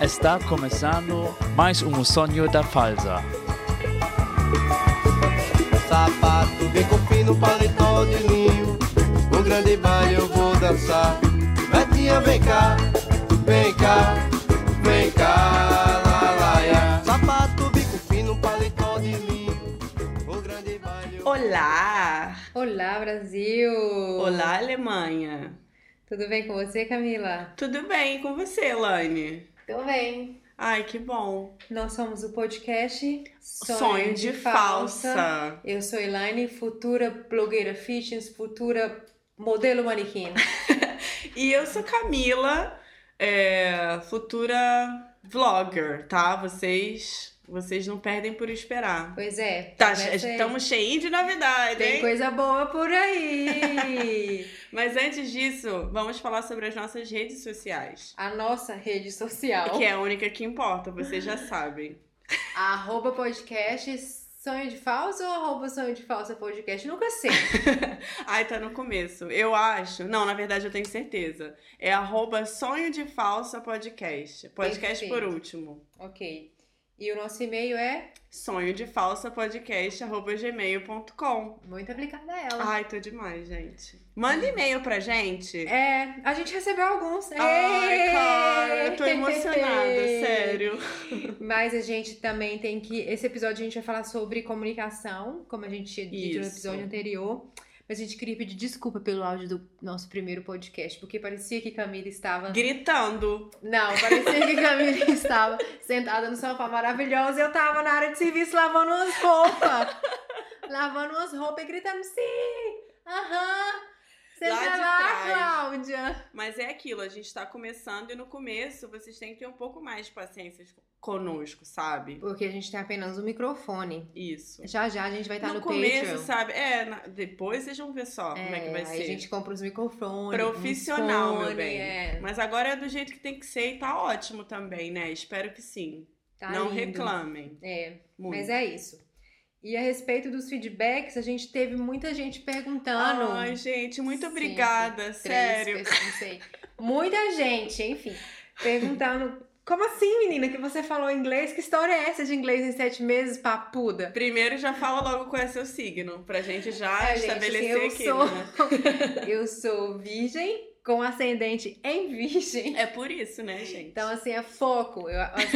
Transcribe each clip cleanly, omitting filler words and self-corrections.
Está começando mais um Sonho da Falsa. Sapato bem com fino, paletó de linho, um grande baile eu vou dançar. Betinha, vem cá, vem cá, vem cá, lalaia. Sapato bem com fino, paletó de linho, um grande baile eu... Olá! Olá, Brasil! Olá, Alemanha! Tudo bem com você, Camila? Tudo bem com você, Elaine? Tô bem. Ai, que bom! Nós somos o podcast Sonho de Falsa. Eu sou Elaine, futura blogueira fitness, futura modelo manequim. E eu sou Camila, futura vlogger, tá? Vocês não perdem por esperar. Pois é. Estamos cheios de novidade, Tem hein? coisa boa por aí! Mas antes disso, vamos falar sobre as nossas redes sociais. A nossa rede social. Que é a única que importa, vocês já sabem. @podcast Sonho de Falsa ou @Sonho de Falsa podcast? Nunca sei. Ai, tá no começo. Eu acho. Não, na verdade eu tenho certeza. É @Sonho de Falsa podcast. Podcast por último. Ok. E o nosso e-mail é? sonhodefalsapodcast@gmail.com. Muito aplicada ela. Ai, tô demais, gente. Manda e-mail pra gente. A gente recebeu alguns. Ai, cara, eu tô emocionada, sério. Mas a gente também tem que... Esse episódio a gente vai falar sobre comunicação, como a gente tinha dito no episódio anterior. Mas a gente queria pedir desculpa pelo áudio do nosso primeiro podcast, porque parecia que Camila estava... Gritando. Não, parecia que Camila estava sentada no sofá maravilhosa e eu tava na área de serviço lavando umas roupas. E gritando, sim, aham. Senta lá, Cláudia. Mas é aquilo, a gente tá começando e no começo vocês têm que ter um pouco mais de paciência conosco, sabe? Porque a gente tem apenas um microfone. Isso. Já a gente vai estar no começo, Patreon. Sabe? Depois vocês vão ver só como é que vai ser. Aí a gente compra os microfones. Profissional, fone, meu bem. Mas agora é do jeito que tem que ser e tá ótimo também, né? Espero que sim. Tá Não lindo. Reclamem. Mas é isso. E a respeito dos feedbacks, a gente teve muita gente perguntando. Ai, gente, muito obrigada, sério. Não sei. Muita gente, enfim, perguntando: como assim, menina, que você falou inglês? Que história é essa de inglês em 7 meses, papuda? Primeiro já fala logo qual é seu signo, pra gente já estabelecer gente, aqui, né? Eu sou virgem com ascendente em virgem. É por isso, né, gente? Então, assim, é foco.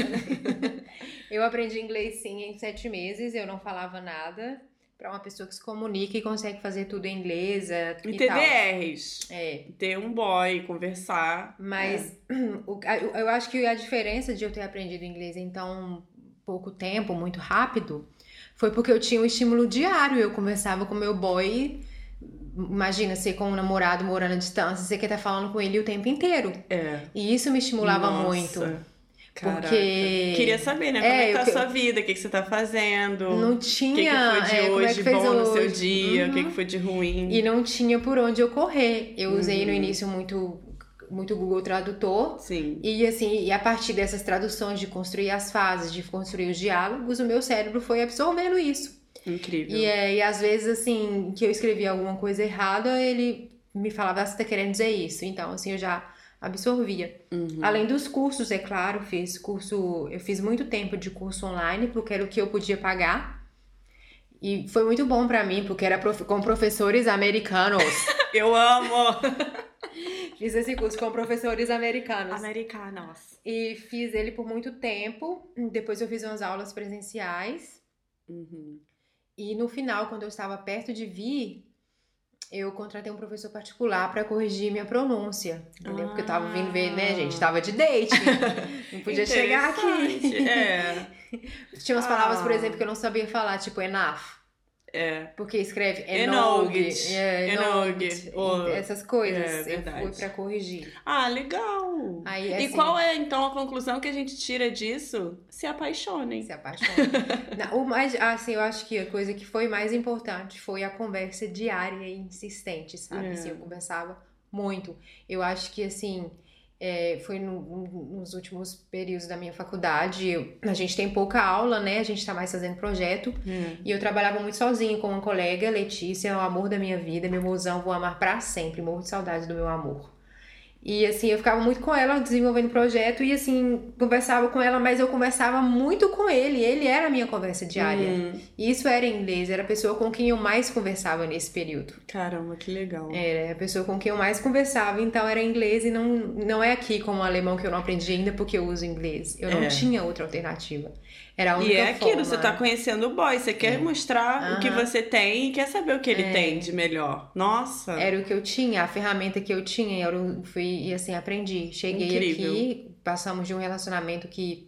Eu aprendi inglês, sim, em 7 meses. Eu não falava nada. Pra uma pessoa que se comunica e consegue fazer tudo em inglês e TDRs. tal. Ter um boy, conversar. Mas eu acho que a diferença de eu ter aprendido inglês em tão pouco tempo, muito rápido, foi porque eu tinha um estímulo diário. Eu conversava com meu boy... Imagina, você com um namorado morando à distância, você quer estar falando com ele o tempo inteiro. E isso me estimulava muito. Caraca. Porque... Queria saber, né? Como é que tá a sua vida, o que você tá fazendo. Não tinha... O que foi de hoje bom no seu dia, o que foi de ruim. E não tinha por onde eu correr. Eu usei no início muito Google Tradutor. Sim. E assim, a partir dessas traduções, de construir as fases, de construir os diálogos, o meu cérebro foi absorvendo isso. Incrível. E às vezes, assim, que eu escrevia alguma coisa errada, ele me falava, você tá querendo dizer isso. Então, assim, eu já absorvia. Além dos cursos, é claro, eu fiz muito tempo de curso online, porque era o que eu podia pagar. E foi muito bom pra mim, porque era com professores americanos. Eu amo! Fiz esse curso com professores americanos. Americanos. E fiz ele por muito tempo. Depois eu fiz umas aulas presenciais. E no final, quando eu estava perto de vir, eu contratei um professor particular para corrigir minha pronúncia, entendeu? Porque eu tava vindo ver, né, gente? Tava de date, não podia chegar aqui. Tinha umas palavras, por exemplo, que eu não sabia falar, tipo enough. Porque escreve enough. Essas coisas. Eu fui pra corrigir. Ah, legal! Aí, e assim, qual é, então, a conclusão que a gente tira disso? Se apaixonem. Se apaixonem. O mais, assim, eu acho que a coisa que foi mais importante foi a conversa diária e insistente, sabe? Assim, eu conversava muito. Eu acho que, assim... foi nos últimos períodos da minha faculdade, a gente tem pouca aula, né? A gente tá mais fazendo projeto. E eu trabalhava muito sozinha com uma colega, Letícia, o amor da minha vida, meu mozão, vou amar pra sempre, morro de saudade do meu amor. E assim, eu ficava muito com ela desenvolvendo o projeto e assim, conversava com ela, mas eu conversava muito com ele. Ele era a minha conversa diária. E isso era em inglês, era a pessoa com quem eu mais conversava nesse período. Caramba, que legal. Era a pessoa com quem eu mais conversava, então era inglês e não é aqui como o alemão que eu não aprendi ainda porque eu uso inglês. Eu não tinha outra alternativa. Era a única forma. E é aquilo, forma. Você tá conhecendo o boy, você quer mostrar o que você tem e quer saber o que ele tem de melhor. Nossa! Era o que eu tinha, a ferramenta que eu tinha, eu fui e assim, aprendi. Cheguei aqui, passamos de um relacionamento que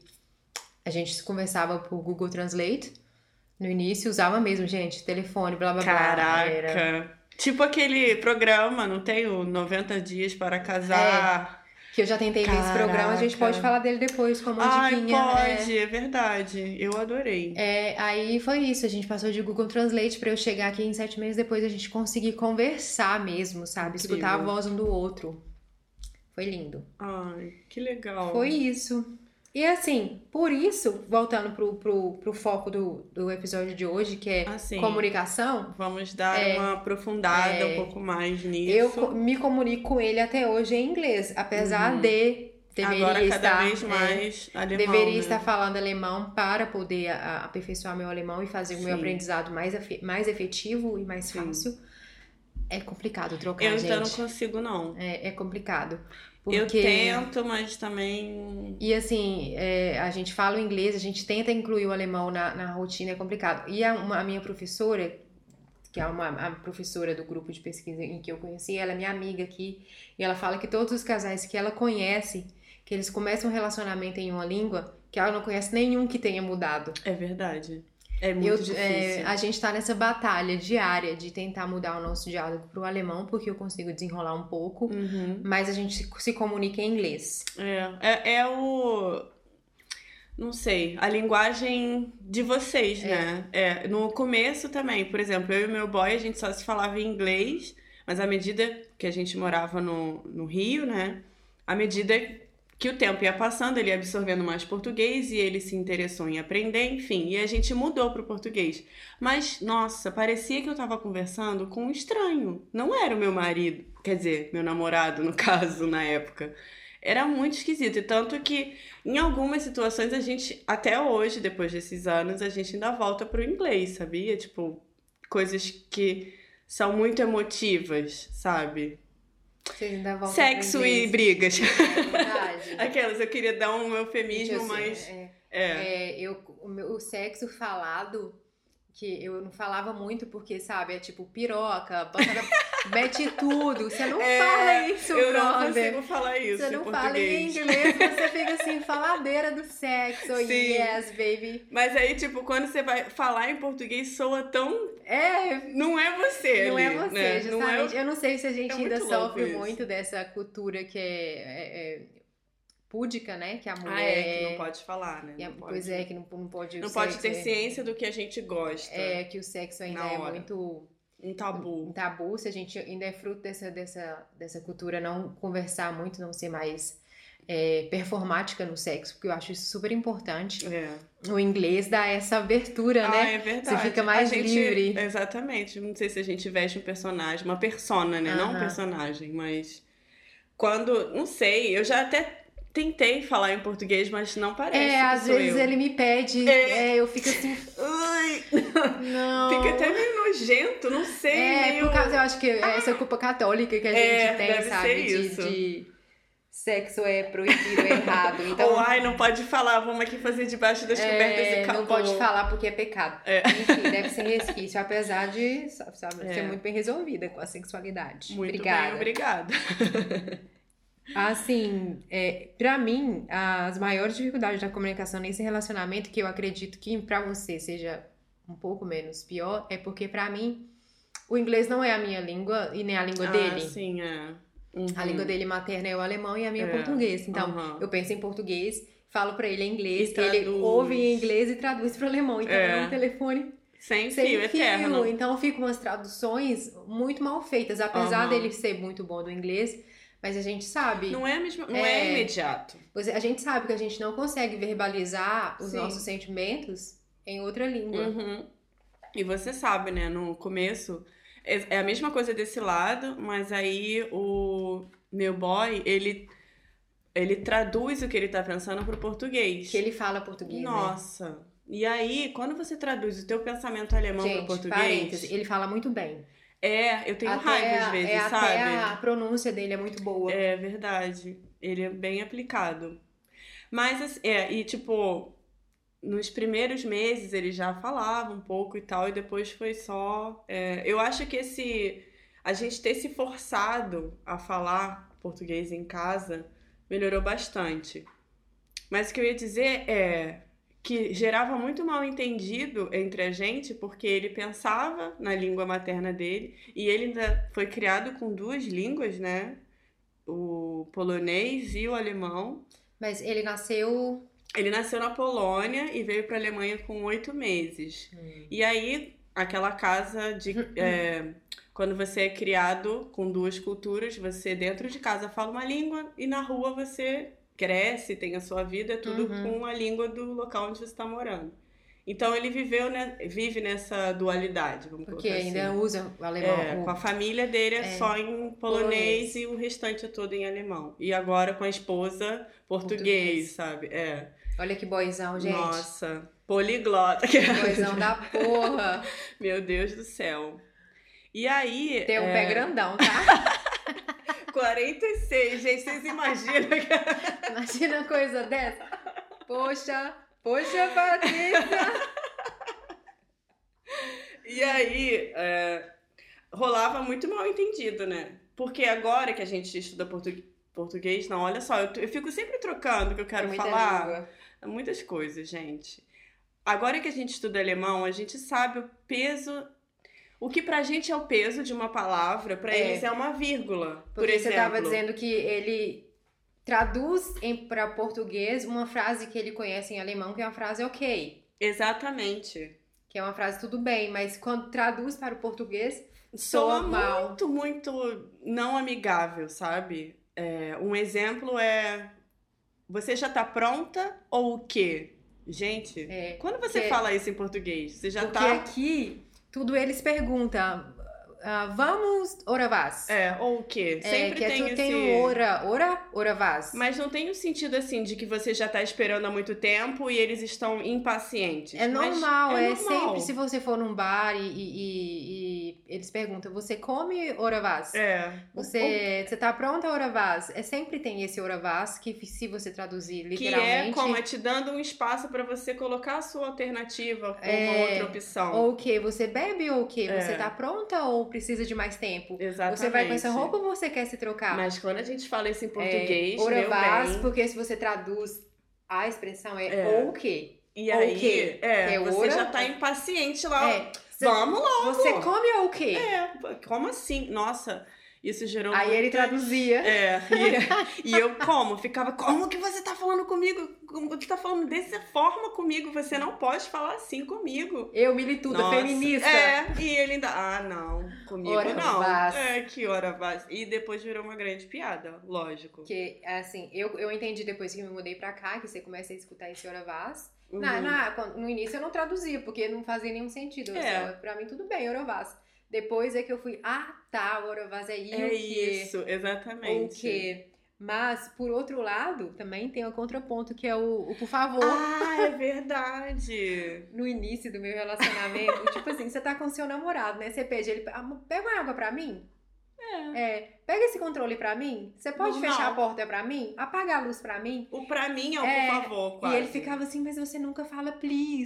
a gente conversava por Google Translate. No início, usava mesmo, gente, telefone, blá, blá, blá. Caraca! Tipo aquele programa, não tem o 90 dias para casar... Que eu já tentei ver esse programa, a gente pode falar dele depois, como uma diquinha. Pode, é verdade. Eu adorei. Aí foi isso, a gente passou de Google Translate pra eu chegar aqui em 7 meses depois a gente conseguir conversar mesmo, sabe? Incrível. Escutar a voz um do outro. Foi lindo. Ai, que legal. Foi isso. E assim, por isso, voltando pro foco do episódio de hoje, que é comunicação. Vamos dar uma aprofundada um pouco mais nisso. Eu me comunico com ele até hoje em inglês, apesar de agora cada vez mais alemão. Deveria estar falando alemão para poder aperfeiçoar meu alemão e fazer o meu aprendizado mais efetivo e mais fácil. É complicado trocar, gente. Eu não consigo, não. É complicado. Porque... Eu tento, mas também... E assim, a gente fala o inglês, a gente tenta incluir o alemão na rotina, é complicado. E a minha professora, que é a professora do grupo de pesquisa em que eu conheci, ela é minha amiga aqui, e ela fala que todos os casais que ela conhece, que eles começam um relacionamento em uma língua, que ela não conhece nenhum que tenha mudado. É verdade. É muito difícil. A gente tá nessa batalha diária de tentar mudar o nosso diálogo pro alemão, porque eu consigo desenrolar um pouco, mas a gente se comunica em inglês. É o... Não sei, a linguagem de vocês, né? No começo também, por exemplo, eu e meu boy, a gente só se falava em inglês, mas à medida que a gente morava no Rio, né? À medida que o tempo ia passando, ele ia absorvendo mais português e ele se interessou em aprender, enfim, e a gente mudou pro português. Mas, nossa, parecia que eu tava conversando com um estranho. Não era o meu marido, quer dizer, meu namorado, no caso, na época. Era muito esquisito, e tanto que em algumas situações a gente, até hoje, depois desses anos, a gente ainda volta pro inglês, sabia? Tipo, coisas que são muito emotivas, sabe? Sexo e brigas. Verdade. Aquelas, eu queria dar um eufemismo, mas... O sexo falado, que eu não falava muito porque, sabe, é tipo piroca, mete tudo. Você não fala isso, eu brother. não consigo falar isso Você não em fala em português. inglês, você fica assim, faladeira do sexo. Sim. Yes, baby. Mas aí, tipo, quando você vai falar em português, soa tão... Não é você Não ali, é você, né? justamente. Eu não sei se a gente ainda sofre isso. muito dessa cultura que é púdica, né? Que a mulher... que não pode falar, né? Pois é, que não pode... Não pode ter ciência do que a gente gosta. Que o sexo ainda é muito... Um tabu. Um tabu, se a gente ainda é fruto dessa cultura não conversar muito, não ser mais performática no sexo, porque eu acho isso super importante. O inglês dá essa abertura, né? É verdade. Você fica mais livre. Exatamente. Não sei se a gente veste um personagem, uma persona, né? Não um personagem, mas... Quando... Não sei, eu já até... Tentei falar em português, mas não parece. Às vezes ele me pede. Eu fico assim. Ai, não. Fica até meio nojento, não sei. Meio... Por causa, eu acho que essa culpa católica que a gente tem, deve sabe? Ser isso. De sexo é proibido, é errado. Então, ou não pode falar, vamos aqui fazer debaixo das cobertas e acabou. Não pode falar porque é pecado. Enfim, deve ser resquício, apesar de ser muito bem resolvida com a sexualidade. Muito bem, obrigada. Assim, pra mim, as maiores dificuldades da comunicação nesse relacionamento, que eu acredito que pra você seja um pouco menos pior, é porque pra mim, o inglês não é a minha língua e nem a língua dele. Sim, A língua dele materna é o alemão e a minha é português. Então, eu penso em português, falo pra ele em inglês, ele ouve em inglês e traduz pro alemão. Então, é um telefone sem fio, eterno. Então, ficam umas traduções muito mal feitas, apesar dele ser muito bom do inglês. Mas a gente sabe... Não é imediato. A gente sabe que a gente não consegue verbalizar os nossos sentimentos em outra língua. E você sabe, né? No começo, é a mesma coisa desse lado, mas aí meu boy, ele traduz o que ele tá pensando pro português. Que ele fala português, Nossa. Né? E aí, quando você traduz o teu pensamento alemão pro português... Parênteses, ele fala muito bem. Eu tenho raiva às vezes, sabe? Até a pronúncia dele é muito boa. É verdade. Ele é bem aplicado. Mas, e tipo, nos primeiros meses ele já falava um pouco e tal, e depois foi só... eu acho que a gente ter se forçado a falar português em casa melhorou bastante. Mas o que eu ia dizer é que gerava muito mal entendido entre a gente, porque ele pensava na língua materna dele, e ele ainda foi criado com 2 línguas, né? O polonês e o alemão. Mas ele nasceu... Ele nasceu na Polônia e veio para a Alemanha com 8 meses. E aí, aquela casa de... quando você é criado com 2 culturas, você dentro de casa fala uma língua e na rua você cresce, tem a sua vida, tudo com a língua do local onde você está morando. Então ele vive nessa dualidade, vamos colocar assim. Porque ainda usa o alemão. Com a família dele só em polonês e o restante é todo em alemão. E agora com a esposa, português. Sabe? Olha que boyzão, gente. Nossa, poliglota. Boyzão da porra. Meu Deus do céu. E aí... Tem um pé grandão, tá? 46, gente, vocês imaginam? Imagina uma coisa dessa. Poxa, Patrícia! E aí, rolava muito mal entendido, né? Porque agora que a gente estuda português, não, olha só, eu fico sempre trocando o que eu quero falar. Língua. Muitas coisas, gente. Agora que a gente estuda alemão, a gente sabe o peso... O que pra gente é o peso de uma palavra, pra eles é uma vírgula, por exemplo. Você tava dizendo que ele traduz pra português uma frase que ele conhece em alemão, que é uma frase ok. Exatamente. Que é uma frase tudo bem, mas quando traduz para o português, soa mal. Muito, muito não amigável, sabe? Um exemplo é... Você já tá pronta ou o quê? Gente, quando você fala isso em português, você já tá... Porque aqui... Tudo eles perguntam, vamos, ora vas? Ou o quê? Sempre que tem esse... tem um ora vas. Mas não tem o sentido, assim, de que você já tá esperando há muito tempo e eles estão impacientes. É normal, normal. Sempre se você for num bar e eles perguntam, você come ora vas? Você tá pronta, ora vas? Sempre tem esse ora vas, que se você traduzir literalmente... Que é te dando um espaço pra você colocar a sua alternativa como uma outra opção. Ou o quê? Você bebe ou o quê? Você tá pronta ou precisa de mais tempo? Exatamente. Você vai com essa roupa ou você quer se trocar? Mas quando a gente fala isso em português, ora vas, porque se você traduz a expressão ou o quê? E aí, você já tá impaciente lá. Vamos logo! Você come ou o quê? Como assim? Nossa, isso gerou... Aí ele traduzia. E eu ficava, como que você tá falando comigo? Como você tá falando dessa forma comigo? Você não pode falar assim comigo. Eu, milituda, feminista. E ele ainda, não, comigo ora não. Vas. Que hora vas. E depois virou uma grande piada, lógico. Que, assim, eu entendi depois que me mudei pra cá, que você começa a escutar esse ora vas. No início eu não traduzia, porque não fazia nenhum sentido. Pra mim, tudo bem, ora vas. Depois é que eu fui, o ora vas é isso, exatamente. O quê? Mas, por outro lado, também tem o contraponto, que é o por favor. É verdade. No início do meu relacionamento, tipo assim, você tá com seu namorado, né? Você pede ele, pega uma água pra mim? Pega esse controle pra mim? Você pode fechar a porta pra mim? Apaga a luz pra mim? O pra mim é o por favor, quase. E ele ficava assim, mas você nunca fala please.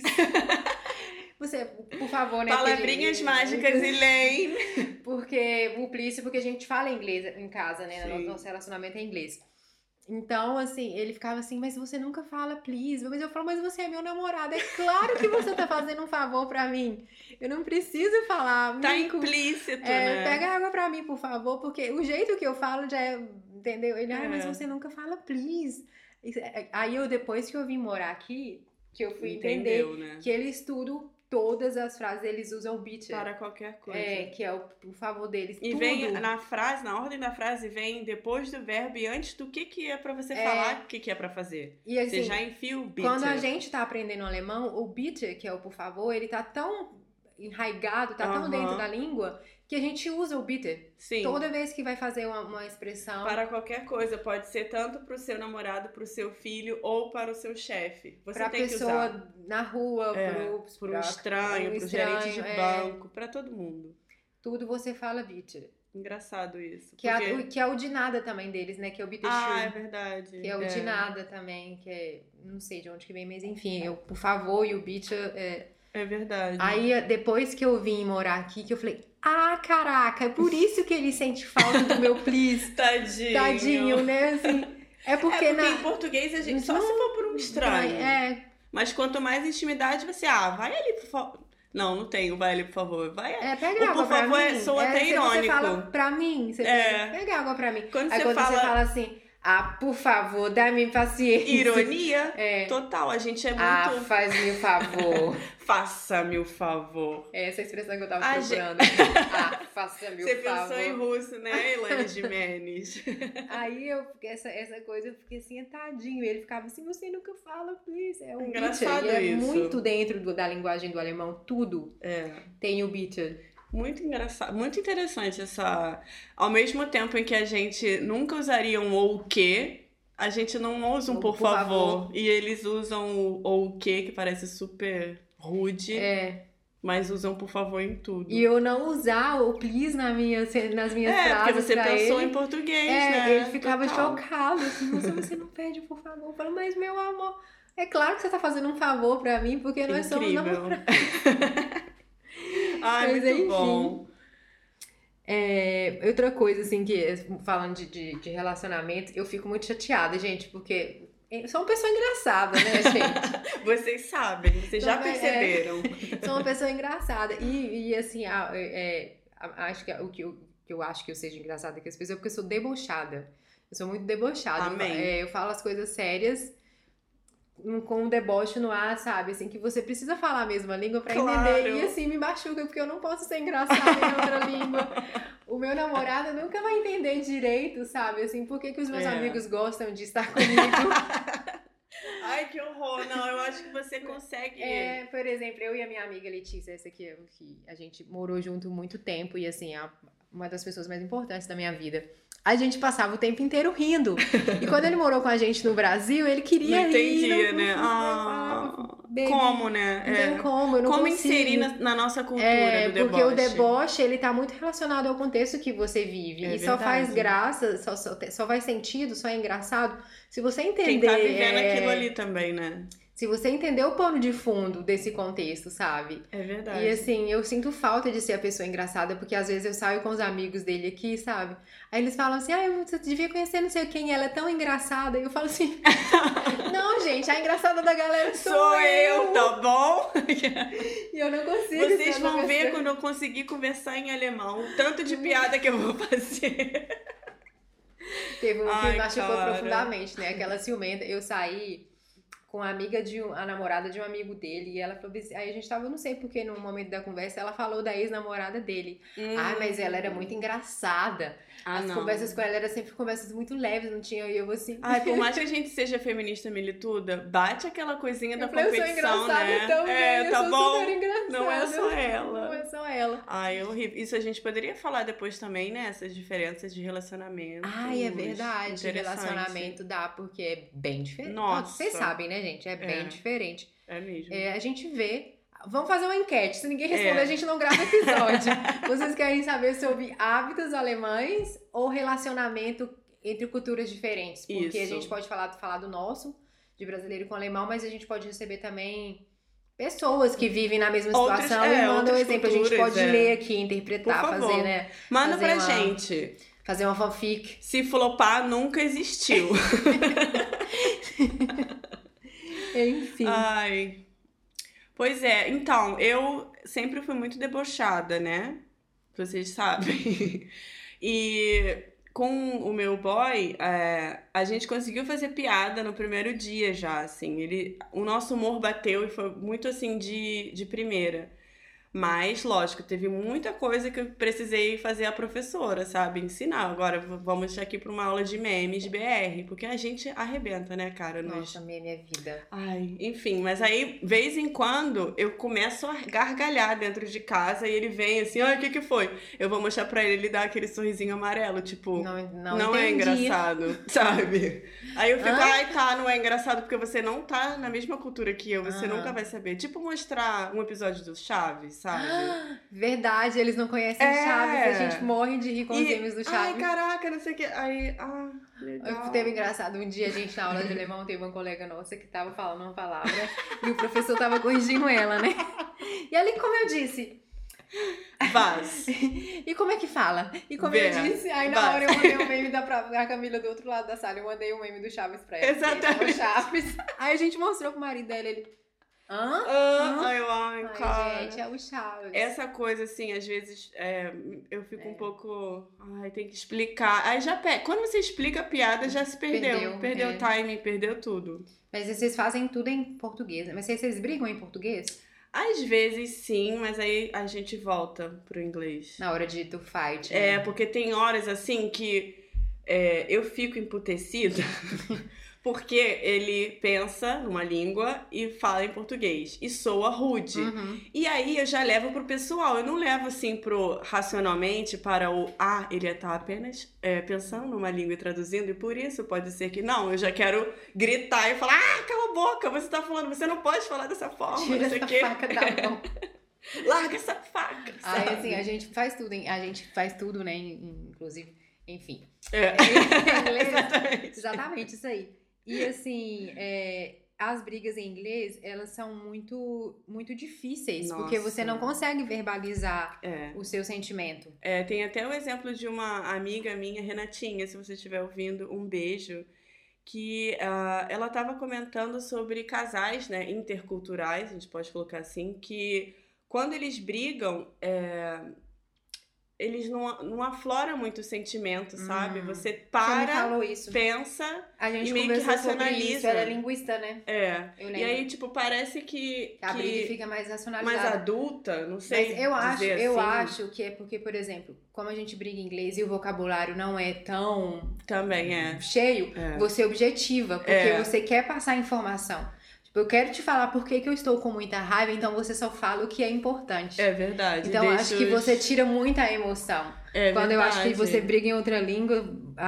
Você, por favor, né? Palavrinhas mágicas, Elaine. Porque o please, porque a gente fala inglês em casa, né? Nosso relacionamento é inglês. Então, assim, ele ficava assim, mas você nunca fala please. Mas eu falo, mas você é meu namorado. É claro que você tá fazendo um favor pra mim. Eu não preciso falar. Tá implícito, né? Pega água pra mim, por favor. Porque o jeito que eu falo já é, entendeu? Ele, mas você nunca fala please. Aí depois que eu vim morar aqui, que eu fui entender que eles tudo... Todas as frases, eles usam o bitte. Para qualquer coisa. Que é o favor deles. E tudo. Vem na ordem da frase, vem depois do verbo e antes do que é pra você falar, o que é pra fazer. E assim, você já enfia o bitte. Quando a gente tá aprendendo alemão, o bitte, que é o por favor, ele tá tão enraigado, tá tão dentro da língua, que a gente usa o bitte. Sim. Toda vez que vai fazer uma expressão. Para qualquer coisa, pode ser tanto pro seu namorado, pro seu filho ou para o seu chefe. Você pra tem que pessoa usar. na rua, Pro estranho, pro gerente de banco, pra todo mundo. Tudo você fala bitte. Engraçado isso. Que é o de nada também deles, né? Que é o bitte Ah, é schön. verdade. Que é o de nada também, que é... Não sei de onde que vem, mas enfim, eu, por favor, e o bitte... É verdade. Aí, depois que eu vim morar aqui, que eu falei, caraca, é por isso que ele sente falta do meu please. Tadinho, né? Assim, porque em português a gente só se for por um estranho. Mas quanto mais intimidade, você, vai ali, por favor. Não tenho, vai ali, por favor. Vai. Pega água por favor, pra mim. Sou até irônico. Você fala pra mim, você pega água pra mim. Quando Aí você você fala assim, por favor, dá-me paciência. Ironia total, a gente é muito... faz-me o favor. Faça-me o favor. Essa é a expressão que eu tava procurando. Faça-me o favor. Você pensou em russo, né, Elaine Gimenez? Aí essa coisa, eu fiquei assim, tadinho. E ele ficava assim, você nunca fala, please. É um engraçado bitte. Isso. É muito dentro da linguagem do alemão, tudo tem o bitte. Muito engraçado, muito interessante essa... Ao mesmo tempo em que a gente nunca usaria um ou que, a gente não usa um por favor. E eles usam o ou que parece super rude. Mas usam por favor em tudo. E eu não usar o please nas minhas frases. Porque você pensou em português, né? Ele ficava chocado. Assim, você não pede por favor. Eu falo, mas meu amor, é claro que você tá fazendo um favor pra mim, porque nós somos namorados. Ai, mas, muito bom. Outra coisa, assim, que falando de relacionamento, eu fico muito chateada, gente, porque eu sou uma pessoa engraçada, né, gente? Vocês sabem, vocês já perceberam. Sou uma pessoa engraçada. E assim, acho que o que eu acho que eu seja engraçada com as pessoas é porque eu sou debochada. Eu sou muito debochada. Amém. Eu falo as coisas sérias com um deboche no ar, sabe? Assim, que você precisa falar a mesma língua pra entender. E assim, me machuca, porque eu não posso ser engraçada em outra língua. O meu namorado nunca vai entender direito, sabe? Assim, por que os meus amigos gostam de estar comigo? Ai, que horror. Não, eu acho que você consegue... Por exemplo, eu e a minha amiga Letícia, essa aqui, que a gente morou junto muito tempo. E assim, é uma das pessoas mais importantes da minha vida. A gente passava o tempo inteiro rindo. E quando ele morou com a gente no Brasil, ele queria não entendia, rir. Né? Como, né? Não tem como, eu não como consigo. Inserir na nossa cultura do deboche. Porque o deboche, ele tá muito relacionado ao contexto que você vive. E só faz graça, só faz sentido, só é engraçado se você entender... Quem tá vivendo aquilo ali também, né? Se você entender o pano de fundo desse contexto, sabe? É verdade. E assim, eu sinto falta de ser a pessoa engraçada, porque às vezes eu saio com os amigos dele aqui, sabe? Aí eles falam assim, você devia conhecer não sei quem, ela é tão engraçada. E eu falo assim, não, gente, a engraçada da galera sou eu, tá bom? E eu não consigo. Vocês vão ver quando eu conseguir conversar em alemão, o tanto de piada que eu vou fazer. Teve um que me machucou profundamente, né? Aquela ciumenta, eu saí com a namorada de um amigo dele, e ela falou assim, aí a gente tava, não sei porque no momento da conversa, ela falou da ex-namorada dele. Mas ela era muito engraçada. As conversas com ela eram sempre conversas muito leves, não tinha eu assim. Por mais que a gente seja feminista milituda, bate aquela coisinha da competição, eu sou engraçada, né? Também, tá eu bom. Super engraçada. Não é só ela. Não é só ela. É horrível. Isso a gente poderia falar depois também, né? Essas diferenças de relacionamento. É verdade. Relacionamento dá, porque é bem diferente. Nossa. Vocês sabem, né, gente? É bem diferente. É mesmo. A gente vê. Vamos fazer uma enquete. Se ninguém responder, a gente não grava episódio. Vocês querem saber sobre hábitos alemães ou relacionamento entre culturas diferentes? Porque a gente pode falar do nosso, de brasileiro com alemão, mas a gente pode receber também pessoas que vivem na mesma situação e mandam um exemplo. A gente pode ler aqui, interpretar, fazer, né? Manda pra gente. Fazer uma fanfic. Se flopar, nunca existiu. Enfim. Pois é, então, eu sempre fui muito debochada, né? Vocês sabem. E com o meu boy, a gente conseguiu fazer piada no primeiro dia já, assim. O nosso humor bateu e foi muito, assim, de primeira. Mas, lógico, teve muita coisa que eu precisei fazer a professora, sabe? Ensinar. Agora, vamos aqui pra uma aula de memes BR, porque a gente arrebenta, né, cara? Nossa, meme é vida. Ai, enfim, mas aí, vez em quando, eu começo a gargalhar dentro de casa e ele vem assim, o que foi? Eu vou mostrar pra ele dá aquele sorrisinho amarelo, tipo, não é engraçado, sabe? Aí eu fico, não é engraçado porque você não tá na mesma cultura que eu, você nunca vai saber. Tipo, mostrar um episódio do Chaves, sabe? Verdade, eles não conhecem Chaves, a gente morre de rir com os memes do Chaves. Ai, caraca, não sei o que. Aí, legal. Teve engraçado, um dia a gente na aula de alemão teve uma colega nossa que tava falando uma palavra e o professor tava corrigindo ela, né? E ali, como eu disse... Vaz. E como é que fala? E como eu disse, aí na hora eu mandei um meme da Camila do outro lado da sala, eu mandei um meme do Chaves pra ela. Exatamente. Chaves. Aí a gente mostrou pro marido dela, ele... Ai, cara. Gente, é o Chaves. Essa coisa, assim, às vezes eu fico um pouco... Ai, tem que explicar. Aí já quando você explica a piada, já se perdeu. Perdeu o timing, perdeu tudo. Mas vocês fazem tudo em português, né? Mas vocês brigam em português? Às vezes sim, mas aí a gente volta pro inglês. Na hora do fight, né? Porque tem horas, assim, que eu fico emputecida... Porque ele pensa numa língua e fala em português. E soa rude. Uhum. E aí eu já levo pro pessoal. Eu não levo assim pro racionalmente para o... ele tá apenas pensando numa língua e traduzindo. E por isso pode ser que não. Eu já quero gritar e falar... cala a boca, você tá falando... Você não pode falar dessa forma. Tira essa faca da mão. Larga essa faca, sabe? Aí assim, a gente faz tudo, né? Inclusive... Enfim. Exatamente. Exatamente, isso aí. E assim, as brigas em inglês, elas são muito, muito difíceis, porque você não consegue verbalizar o seu sentimento. Tem até o exemplo de uma amiga minha, Renatinha, se você estiver ouvindo, um beijo, que ela estava comentando sobre casais, né, interculturais, a gente pode colocar assim, que quando eles brigam... eles não afloram muito o sentimento, sabe? Você para, você me falou isso. pensa a gente e meio que racionaliza. Isso, ela é linguista, né? Eu lembro. E aí, tipo, parece que a briga fica mais racionalizada. Mais adulta, não sei. Mas eu assim. acho que é porque, por exemplo, como a gente briga em inglês e o vocabulário não é tão... Também cheio, você objetiva, porque você quer passar informação. Eu quero te falar por que eu estou com muita raiva, então você só fala o que é importante. É verdade. Então, acho que você tira muita emoção. Quando eu acho que você briga em outra língua,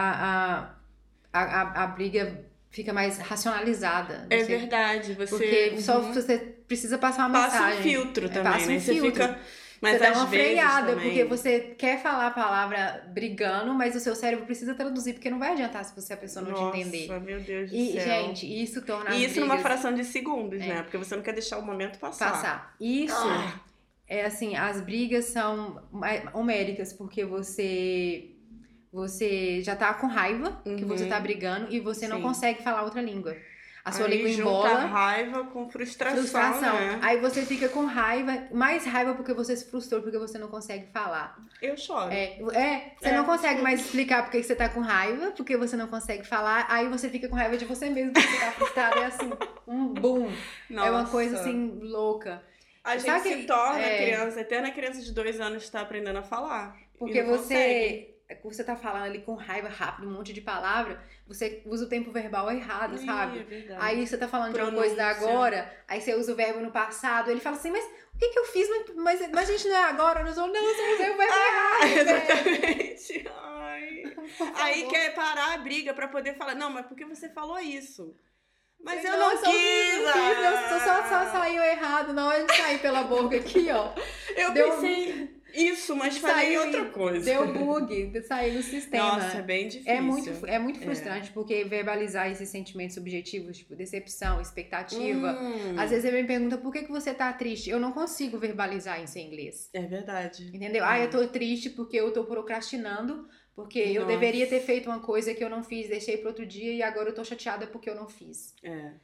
a briga fica mais racionalizada. É verdade. Porque só você precisa passar uma mensagem. Passa um filtro também, passa um né? filtro. Você fica... Mas você dá uma freada, também... porque você quer falar a palavra brigando, mas o seu cérebro precisa traduzir, porque não vai adiantar se a pessoa não te entender. Nossa, meu Deus do céu. Gente, isso torna as brigas... brigas... numa fração de segundos, né? Porque você não quer deixar o momento passar. Isso, assim, as brigas são homéricas, porque você já tá com raiva, que você tá brigando, e você não consegue falar outra língua. A sua língua embola. Junta raiva com frustração. Né? Aí você fica com raiva, mais raiva porque você se frustrou, porque você não consegue falar. Eu choro. Você não consegue mais explicar porque você tá com raiva, porque você não consegue falar, aí você fica com raiva de você mesmo, porque você tá frustrado. É assim, um boom. Nossa. É uma coisa assim, louca. A gente se torna criança, até na criança de 2 anos está aprendendo a falar. Porque você tá falando ali com raiva rápido, um monte de palavra, você usa o tempo verbal errado, sabe? É verdade. Aí você tá falando de uma coisa da agora, aí você usa o verbo no passado, ele fala assim, mas o que eu fiz? Mas a gente não é agora, não, você usei o verbo errado. Exatamente. Ai. Aí quer parar a briga pra poder falar, não, mas por que você falou isso? Mas eu não quis. Só saiu errado, na hora de sair pela boca aqui, ó. Eu pensei... Isso, mas falei outra coisa. Deu bug, saiu do sistema. Nossa, é bem difícil. É muito frustrante, porque verbalizar esses sentimentos subjetivos, tipo decepção, expectativa. Às vezes ele me pergunta por que você tá triste. Eu não consigo verbalizar isso em inglês. É verdade. Entendeu? Eu tô triste porque eu tô procrastinando, porque eu deveria ter feito uma coisa que eu não fiz, deixei pro outro dia e agora eu tô chateada porque eu não fiz.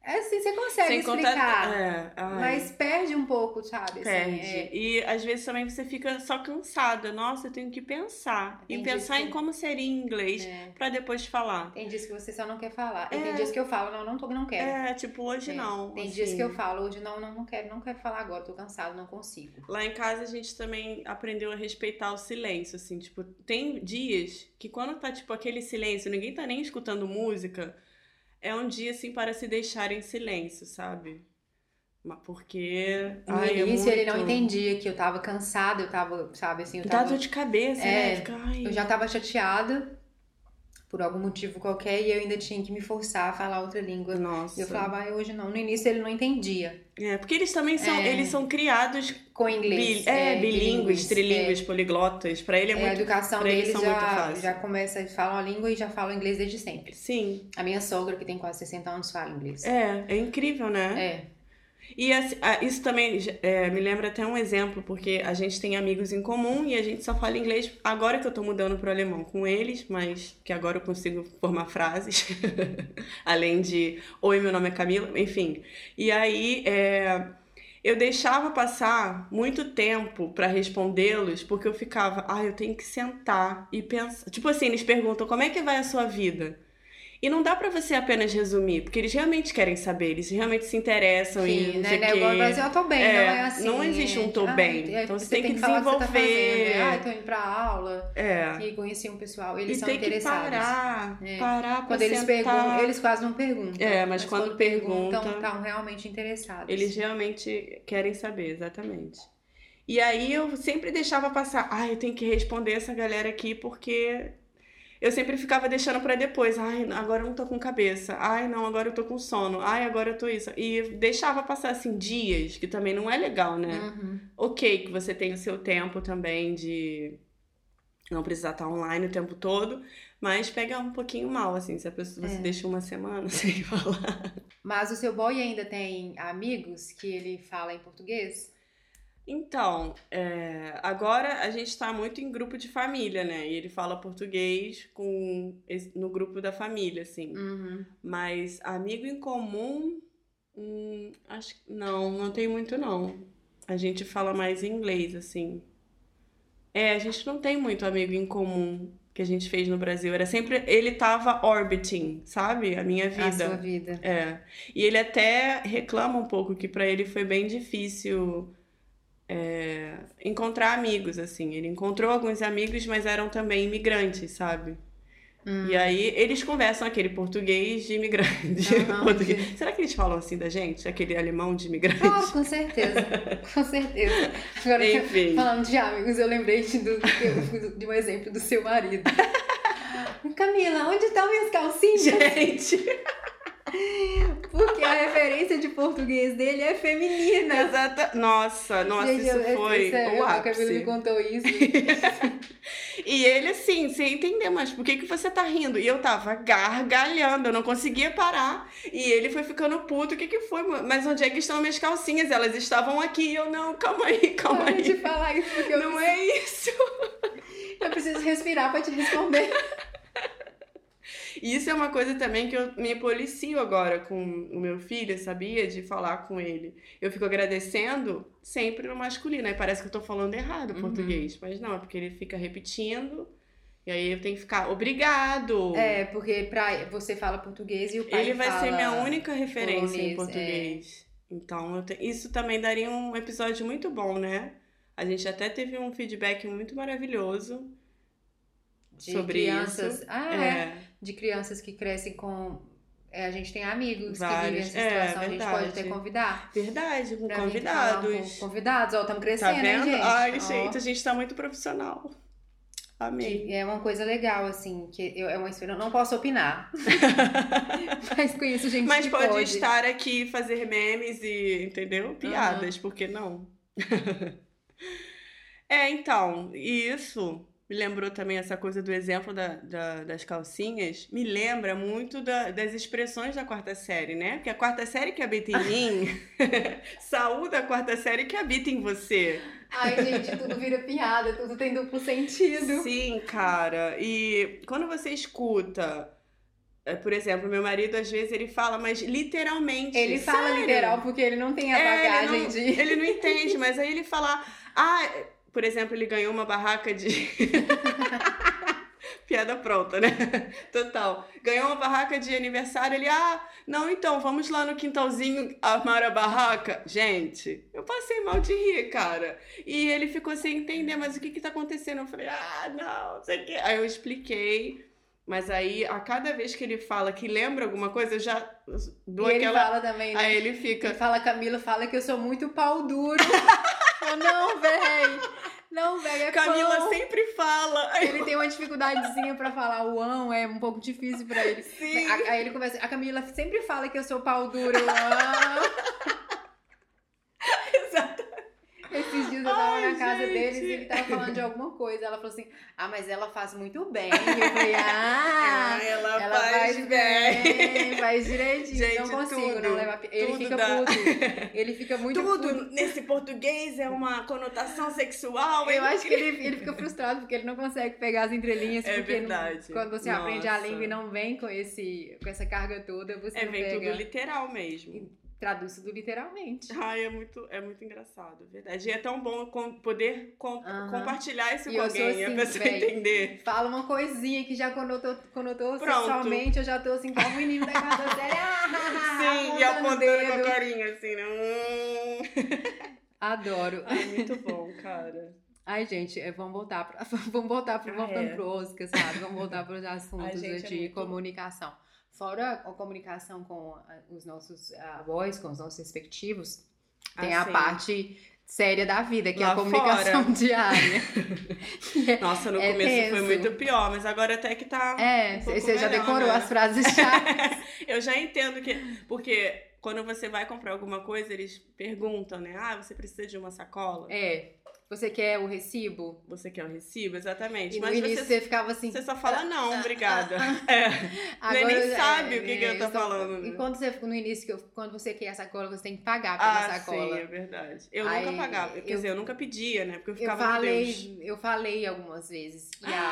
É assim, você consegue Sem explicar, contar... mas perde um pouco, sabe? Perde. Assim, E às vezes também você fica só cansada. Nossa, eu tenho que pensar. Tem E dias pensar que- em como seria em inglês pra depois falar. Tem dias que você só não quer falar. E tem dias que eu falo, não quero. Tipo, hoje não. Tem assim. dias que eu falo, hoje não quero falar agora, tô cansado, não consigo. Lá em casa a gente também aprendeu a respeitar o silêncio, assim, tipo, tem dias que quando tá, tipo, aquele silêncio, ninguém tá nem escutando música, é um dia, assim, para se deixar em silêncio, sabe? Mas porque... No início ele não entendia que eu tava cansada, eu tava, sabe, assim, Dá dor de cabeça, né? Fica, eu já tava chateada por algum motivo qualquer e eu ainda tinha que me forçar a falar outra língua. Nossa. E eu falava, hoje não. No início ele não entendia. Porque eles também são, eles são criados com inglês. Bilíngues, trilíngues, poliglotas. Pra ele é muito... A educação pra deles eles são muito fácil. já começa, falam a língua e já falam inglês desde sempre. Sim. A minha sogra, que tem quase 60 anos, fala inglês. É incrível, né? E isso também me lembra até um exemplo, porque a gente tem amigos em comum e a gente só fala inglês. Agora que eu tô mudando pro alemão com eles, mas que agora eu consigo formar frases, além de oi, meu nome é Camila, enfim. E aí eu deixava passar muito tempo pra respondê-los, porque eu ficava, eu tenho que sentar e pensar. Tipo assim, eles perguntam, como é que vai a sua vida? E não dá pra você apenas resumir, porque eles realmente querem saber, eles realmente se interessam e não sei o quê. Igual no Brasil, eu tô bem, não é assim. Não existe um tô bem. Então você tem que falar desenvolver. O que você tá fazendo. Tô indo pra aula. E conheci um pessoal, eles e são tem interessados. Que parar pra quando eles perguntam, eles quase não perguntam. Mas quando perguntam, estão realmente interessados. Eles realmente querem saber, exatamente. E aí eu sempre deixava passar, eu tenho que responder essa galera aqui porque... Eu sempre ficava deixando pra depois. Agora eu não tô com cabeça. Não, agora eu tô com sono. Agora eu tô isso. E deixava passar, assim, dias, que também não é legal, né? Uhum. Ok, que você tem o seu tempo também de não precisar estar online o tempo todo, mas pega um pouquinho mal, assim, se a pessoa você deixa uma semana sem falar. Mas o seu boy ainda tem amigos que ele fala em português? Então, agora a gente tá muito em grupo de família, né? E ele fala português no grupo da família, assim. Uhum. Mas amigo em comum, acho que não tem muito, não. A gente fala mais inglês, assim. A gente não tem muito amigo em comum que a gente fez no Brasil. Era sempre... Ele tava orbiting, sabe? A minha vida. A sua vida. E ele até reclama um pouco que pra ele foi bem difícil... encontrar amigos, assim. Ele encontrou alguns amigos, mas eram também imigrantes, sabe? E aí eles conversam aquele português de imigrante. Português. Será que eles falam assim da gente? Aquele alemão de imigrante? Com certeza. Com certeza. Agora, enfim. Falando de amigos, eu lembrei de um exemplo do seu marido. Camila, onde estão minhas calcinhas? Gente... Porque a referência de português dele é feminina. Exato. Nossa, gente, isso foi o ápice. A Camila me contou isso. E ele assim, sem entender, mas por que você tá rindo? E eu tava gargalhando, eu não conseguia parar. E ele foi ficando puto, o que foi? Mas onde é que estão minhas calcinhas? Elas estavam aqui. E eu, não, calma aí. Para de falar isso, porque não é isso. Eu preciso respirar pra te responder. E isso é uma coisa também que eu me policio agora com o meu filho, sabia? De falar com ele. Eu fico agradecendo sempre no masculino. Aí parece que eu tô falando errado o português. Mas não, é porque ele fica repetindo. E aí eu tenho que ficar, obrigado. Porque você fala português e o pai ele vai fala ser minha única referência polonês, em português. Então, isso também daria um episódio muito bom, né? A gente até teve um feedback muito maravilhoso sobre crianças. isso. De crianças que crescem com... a gente tem amigos Vários. que vivem essa situação. A gente Verdade. pode até convidar. Verdade, com pra convidados. Com convidados. Estamos Tá crescendo, vendo? hein, gente? Ai, gente, a gente tá muito profissional. Amei. Que é uma coisa legal, assim, que é uma experiência. Não posso opinar. Mas conheço gente Mas que pode estar aqui, fazer memes e, entendeu? Piadas, por que não? Então, isso me lembrou também essa coisa do exemplo das calcinhas. Me lembra muito das expressões da quarta série, né? Porque a quarta série que habita em mim, saúda a quarta série que habita em você. Ai, gente, tudo vira piada, tudo tem duplo sentido. Sim, cara. E quando você escuta Por exemplo, meu marido, às vezes, ele fala, mas literalmente. Ele fala literal porque ele não tem a bagagem de... Ele não entende, mas aí ele fala... por exemplo, ele ganhou uma barraca de... Piada pronta, né? Total. Ganhou uma barraca de aniversário, ele... não, então, vamos lá no quintalzinho armar a barraca. Gente, eu passei mal de rir, cara. E ele ficou sem entender, mas o que tá acontecendo? Eu falei, não sei o que. Aí eu expliquei... Mas aí, a cada vez que ele fala que lembra alguma coisa, eu já dou e aquela... ele fala também, né? Aí ele fica... Ele fala, Camila fala que eu sou muito pau duro. Não, véi. Não, velho, é Camila pão. sempre fala. Ele tem uma dificuldadezinha pra falar o ão, é um pouco difícil pra ele. Sim. Aí ele começa... A Camila sempre fala que eu sou pau duro. Exatamente. Esses dias eu tava na casa deles e ele tava falando de alguma coisa. Ela falou assim, mas ela faz muito bem. E eu falei, ela faz bem. Faz direitinho. Gente, não consigo tudo, não levar... Ele fica puto. Ele fica muito tudo puto. Nesse português é uma conotação sexual. Eu acho que ele fica frustrado porque ele não consegue pegar as entrelinhas. É porque verdade. Quando você aprende a língua e não vem com essa carga toda, você não vem pega. tudo literal mesmo. Traduz tudo literalmente. É muito engraçado, verdade. E é tão bom poder compartilhar isso com alguém, assim, a pessoa entender. Fala uma coisinha que já conotou sexualmente, eu já tô assim, como o menino da quarta série. Sim, e apontando com a carinha, assim, né? Adoro. Muito bom, cara. Ai, gente, vamos voltar pro Oscar, sabe? Vamos voltar para os assuntos de comunicação. Fora a comunicação com os nossos avós, com os nossos respectivos, tem a parte séria da vida, que é a comunicação diária. Nossa, no começo foi muito pior, mas agora até que tá você já decorou as frases-chave. Eu já entendo que... Porque quando você vai comprar alguma coisa, eles perguntam, né? Você precisa de uma sacola? Você quer o recibo? Você quer o recibo, exatamente. E mas no início você ficava assim... Você só fala não, obrigada. Agora, nem sabe o que eu tô falando. E quando você no início, quando você quer a sacola, você tem que pagar pela sacola. Sim, é verdade. Eu nunca pagava. Quer dizer, eu nunca pedia, né? Porque eu ficava, eu falei algumas vezes.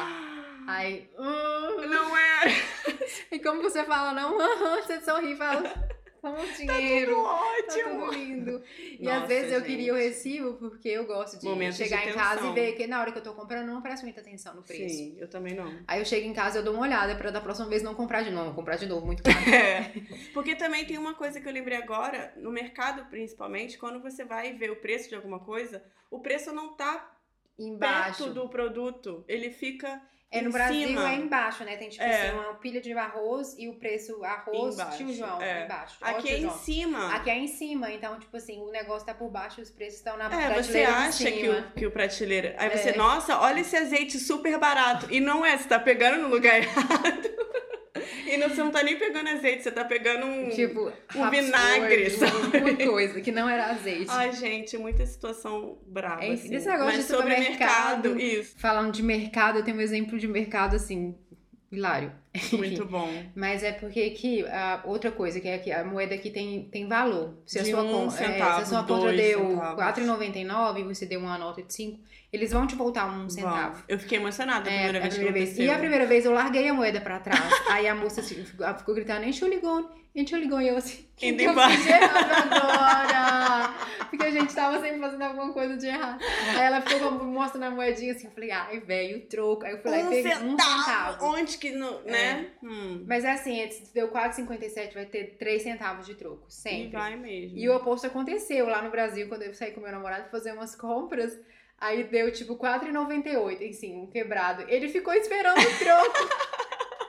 E não era. E como você fala não, você sorri e fala... dinheiro, tá tudo ótimo, tá tudo lindo. E às vezes eu queria o recibo porque eu gosto de chegar em casa e ver que na hora que eu tô comprando eu não presto muita atenção no preço. Sim, eu também não. Aí eu chego em casa e eu dou uma olhada pra da próxima vez não comprar de novo, comprar de novo, muito caro. Porque também tem uma coisa que eu lembrei agora, no mercado principalmente, quando você vai ver o preço de alguma coisa, o preço não tá embaixo perto do produto, ele fica... no Brasil é embaixo, né? Tem tipo assim, uma pilha de arroz e o preço arroz tio João embaixo. Aqui é em cima. Aqui é em cima, então tipo assim, o negócio tá por baixo e os preços estão na prateleira você acha que o prateleira... Aí você, nossa, olha esse azeite super barato. E não é, você tá pegando no lugar errado. E você não tá nem pegando azeite, você tá pegando um vinagre, sabe? Uma coisa, que não era azeite. Ai, gente, muita situação brava, assim. Esse negócio mas de sobre mercado, isso. Falando de mercado, eu tenho um exemplo de mercado, assim, hilário. Muito bom. Mas é porque aqui, outra coisa, que é que a moeda aqui tem valor. Se a de sua centavo, se a sua conta deu R$4,99 e você deu uma nota de 5, eles vão te voltar um centavo. Eu fiquei emocionada a primeira vez que aconteceu. E a primeira vez eu larguei a moeda pra trás. Aí a moça ficou gritando, enche o ligão. E eu assim, que eu fiz de errado agora? Porque a gente tava sempre fazendo alguma coisa de errado. Aí ela ficou mostrando a moedinha assim, eu falei, ai, velho, troco. Aí eu fui lá e peguei um centavo. Onde que, né? Mas é assim, se deu 4,57, vai ter 3 centavos de troco, sempre. E vai mesmo. E o oposto aconteceu lá no Brasil, quando eu saí com meu namorado fazer umas compras, aí deu tipo 4,98, assim, um quebrado. Ele ficou esperando o troco.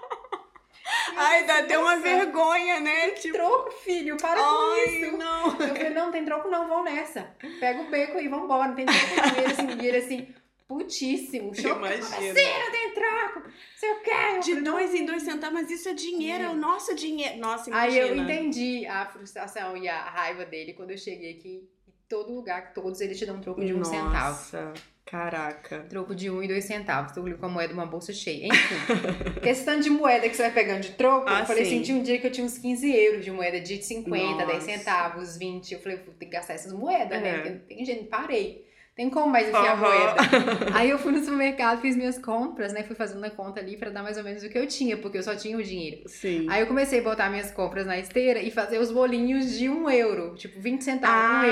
Ai, dá até uma vergonha, né? Tipo... Troco, filho, para com isso. Não. Eu falei, não, tem troco não, vão nessa. Pega o beco e vambora, não tem troco não. E ele assim, putíssimo, chocado. Assim, não tem troco, sei o quê. De 2 em 2 centavos, mas isso é dinheiro, é o nosso dinheiro. Nossa, imagina. Aí eu entendi a frustração e a raiva dele quando eu cheguei aqui. Em todo lugar, todos eles te dão troco de 1 centavo. Nossa, caraca. Troco de 1 e 2 centavos. Tô com a moeda uma bolsa cheia. Enfim, questão de moeda que você vai pegando de troco, eu falei assim, tinha um dia que eu tinha uns 15 euros de moeda de 50, 10 centavos, 20. Eu falei, vou ter que gastar essas moedas, né? Porque tem gente, parei. Tem como mais enfiar a moeda. Aí eu fui no supermercado, fiz minhas compras, né? Fui fazendo a conta ali pra dar mais ou menos o que eu tinha, porque eu só tinha o dinheiro. Sim. Aí eu comecei a botar minhas compras na esteira e fazer os bolinhos de €1. Tipo, 20 centavos,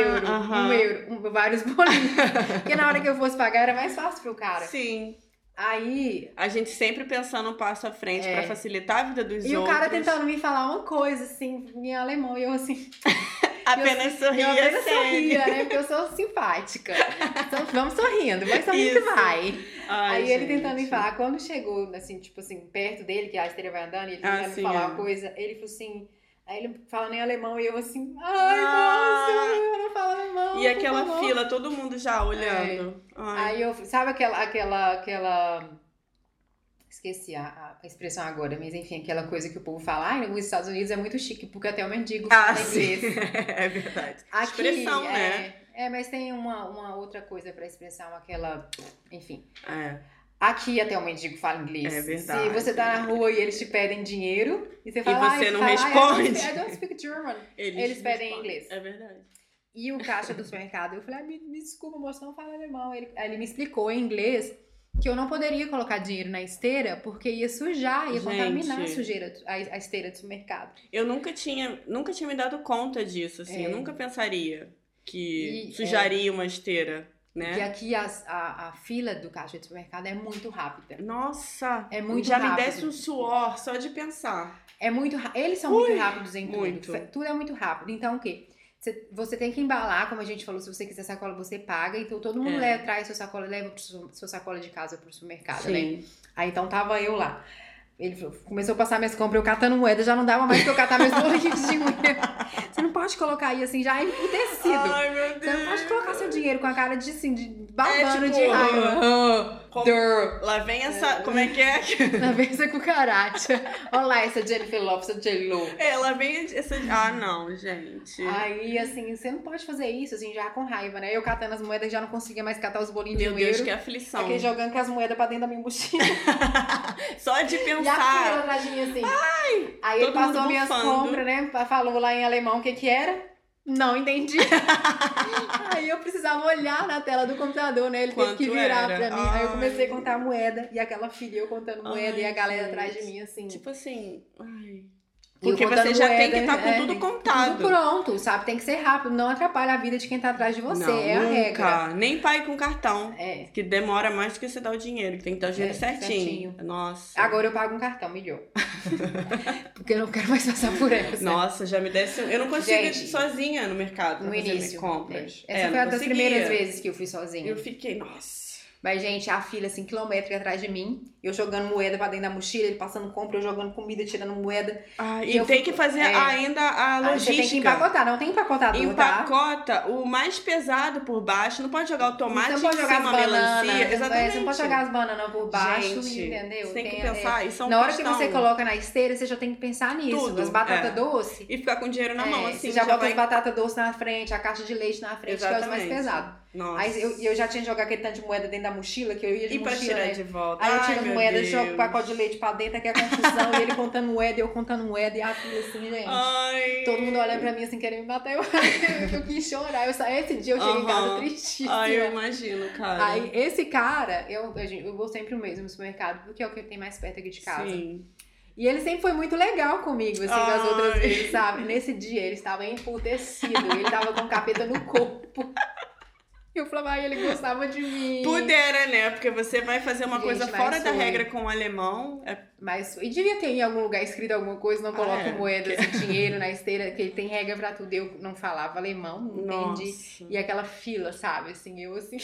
€1, vários bolinhos. Porque na hora que eu fosse pagar era mais fácil pro cara. Sim. Aí... A gente sempre pensando um passo à frente pra facilitar a vida dos outros. E o cara tentando me falar uma coisa, assim, em alemão, e eu assim... Apenas sorria, né? Porque eu sou simpática. Então, vamos sorrindo, vai sorrindo que vai. Ai, aí gente. ele tentando me falar, quando chegou, assim, tipo assim, perto dele, que a esteira vai andando, e ele tentando me falar uma coisa, ele falou assim... Aí ele falando em alemão e eu assim, moça, eu não falo alemão. E aquela fila, todo mundo já olhando. Aí eu, sabe aquela... Esqueci a expressão agora, mas enfim, aquela coisa que o povo fala, nos Estados Unidos é muito chique, porque até o mendigo fala inglês. É verdade. Aqui, expressão, né? Mas tem uma outra coisa pra expressar aquela, enfim. É. Aqui até o mendigo fala inglês. É verdade. Se você tá na rua e eles te pedem dinheiro, e você fala, e você não responde. I don't speak German. Eles pedem em inglês. É verdade. E o caixa do supermercado, eu falei, me desculpa, moço, não fala alemão. Aí ele me explicou em inglês que eu não poderia colocar dinheiro na esteira porque ia sujar, ia contaminar a esteira do supermercado. Eu nunca tinha me dado conta disso, assim. Eu nunca pensaria que sujaria uma esteira, né? E aqui a fila do caixa de supermercado é muito rápida. Nossa! É muito já rápido. Me desce um suor só de pensar. É muito Eles são muito rápidos em tudo. Muito. Tudo é muito rápido. Então, o quê? Você tem que embalar, como a gente falou, se você quiser sacola, você paga. Então, todo mundo traz sua sacola, leva sua sacola de casa pro supermercado, Sim. né? Aí, então, tava eu lá. Ele começou a passar minhas compras, eu catando moeda, já não dava mais pra eu catar meus bolinhos de moeda. Você não pode colocar aí, assim, já emputecido. Ai, meu Deus. Você não pode colocar seu dinheiro com a cara de, assim, de babando tipo, de raiva. Lá vem essa... Como é que é? Lá vem essa cucaracha. Olha lá essa Jennifer Lopez, essa J-Lo. Lá vem essa... Ah, não, gente. Aí, assim, você não pode fazer isso, assim, já com raiva, né? Eu catando as moedas, já não conseguia mais catar os bolinhos de Meu dinheiro. Deus, que aflição. Aqui jogando com as moedas pra dentro da minha mochila. Só de pensar. E a fila atrás de mim, assim. Ai, aí ele passou minhas compras, né? Falou lá em alemão o que era. Não entendi. Aí eu precisava olhar na tela do computador, né? Ele teve que virar pra mim. Aí eu comecei a contar moeda. E aquela filha, eu contando moeda. E a galera atrás de mim, assim. Tipo assim... Ai... Porque você já tem que estar com tudo contado. Tudo pronto, sabe? Tem que ser rápido. Não atrapalha a vida de quem tá atrás de você. Não, é a regra. Nem pague com cartão. Que demora mais do que você dar o dinheiro. Que tem que dar o dinheiro certinho. Nossa. Agora eu pago um cartão, melhor. Porque eu não quero mais passar por essa. Nossa, já me desce... Eu não consigo ir sozinha no mercado pra no fazer início. Compras. Essa foi uma das primeiras vezes que eu fui sozinha. Eu fiquei, nossa... Mas, gente, a fila, assim, quilométrica atrás de mim. Eu jogando moeda pra dentro da mochila, ele passando compra, eu jogando comida, tirando moeda. E tem que fazer ainda a logística. Você tem que empacotar, não tem empacotador, Empacota o mais pesado por baixo. Não pode jogar o tomate em cima, a melancia. Exatamente. Você não pode jogar as bananas por baixo, gente, entendeu? Você tem que pensar. Isso é na hora que você coloca na esteira, você já tem que pensar nisso. Tudo, as batatas doces. E ficar com dinheiro na mão, assim. Você já bota as batatas doces na frente, a caixa de leite na frente, exatamente. Que é os mais pesados. Nossa. Aí eu já tinha jogado aquele tanto de moeda dentro da mochila, que eu ia de mochila, pra tirar, né? De volta. Aí eu tiro as moedas, jogo o pacote de leite pra dentro, que é confusão, e ele contando moeda, e eu contando moeda, e a filha assim, gente. Todo mundo olhando pra mim assim, querendo me matar. Eu quis chorar. Esse dia eu cheguei em casa tristíssima. Eu imagino, cara. Aí esse cara, eu vou sempre o mesmo no supermercado, porque é o que tem mais perto aqui de casa. Sim. E ele sempre foi muito legal comigo, assim, das outras vezes, sabe? Nesse dia ele estava emputecido, ele estava com capeta no corpo. Eu falava, ele gostava de mim. Pudera, né? Porque você vai fazer uma coisa fora da regra com o alemão. Mas, e devia ter em algum lugar escrito alguma coisa, não coloca moedas e dinheiro na esteira, que ele tem regra pra tudo. Eu não falava alemão, não entendi. E aquela fila, sabe? Assim, eu assim...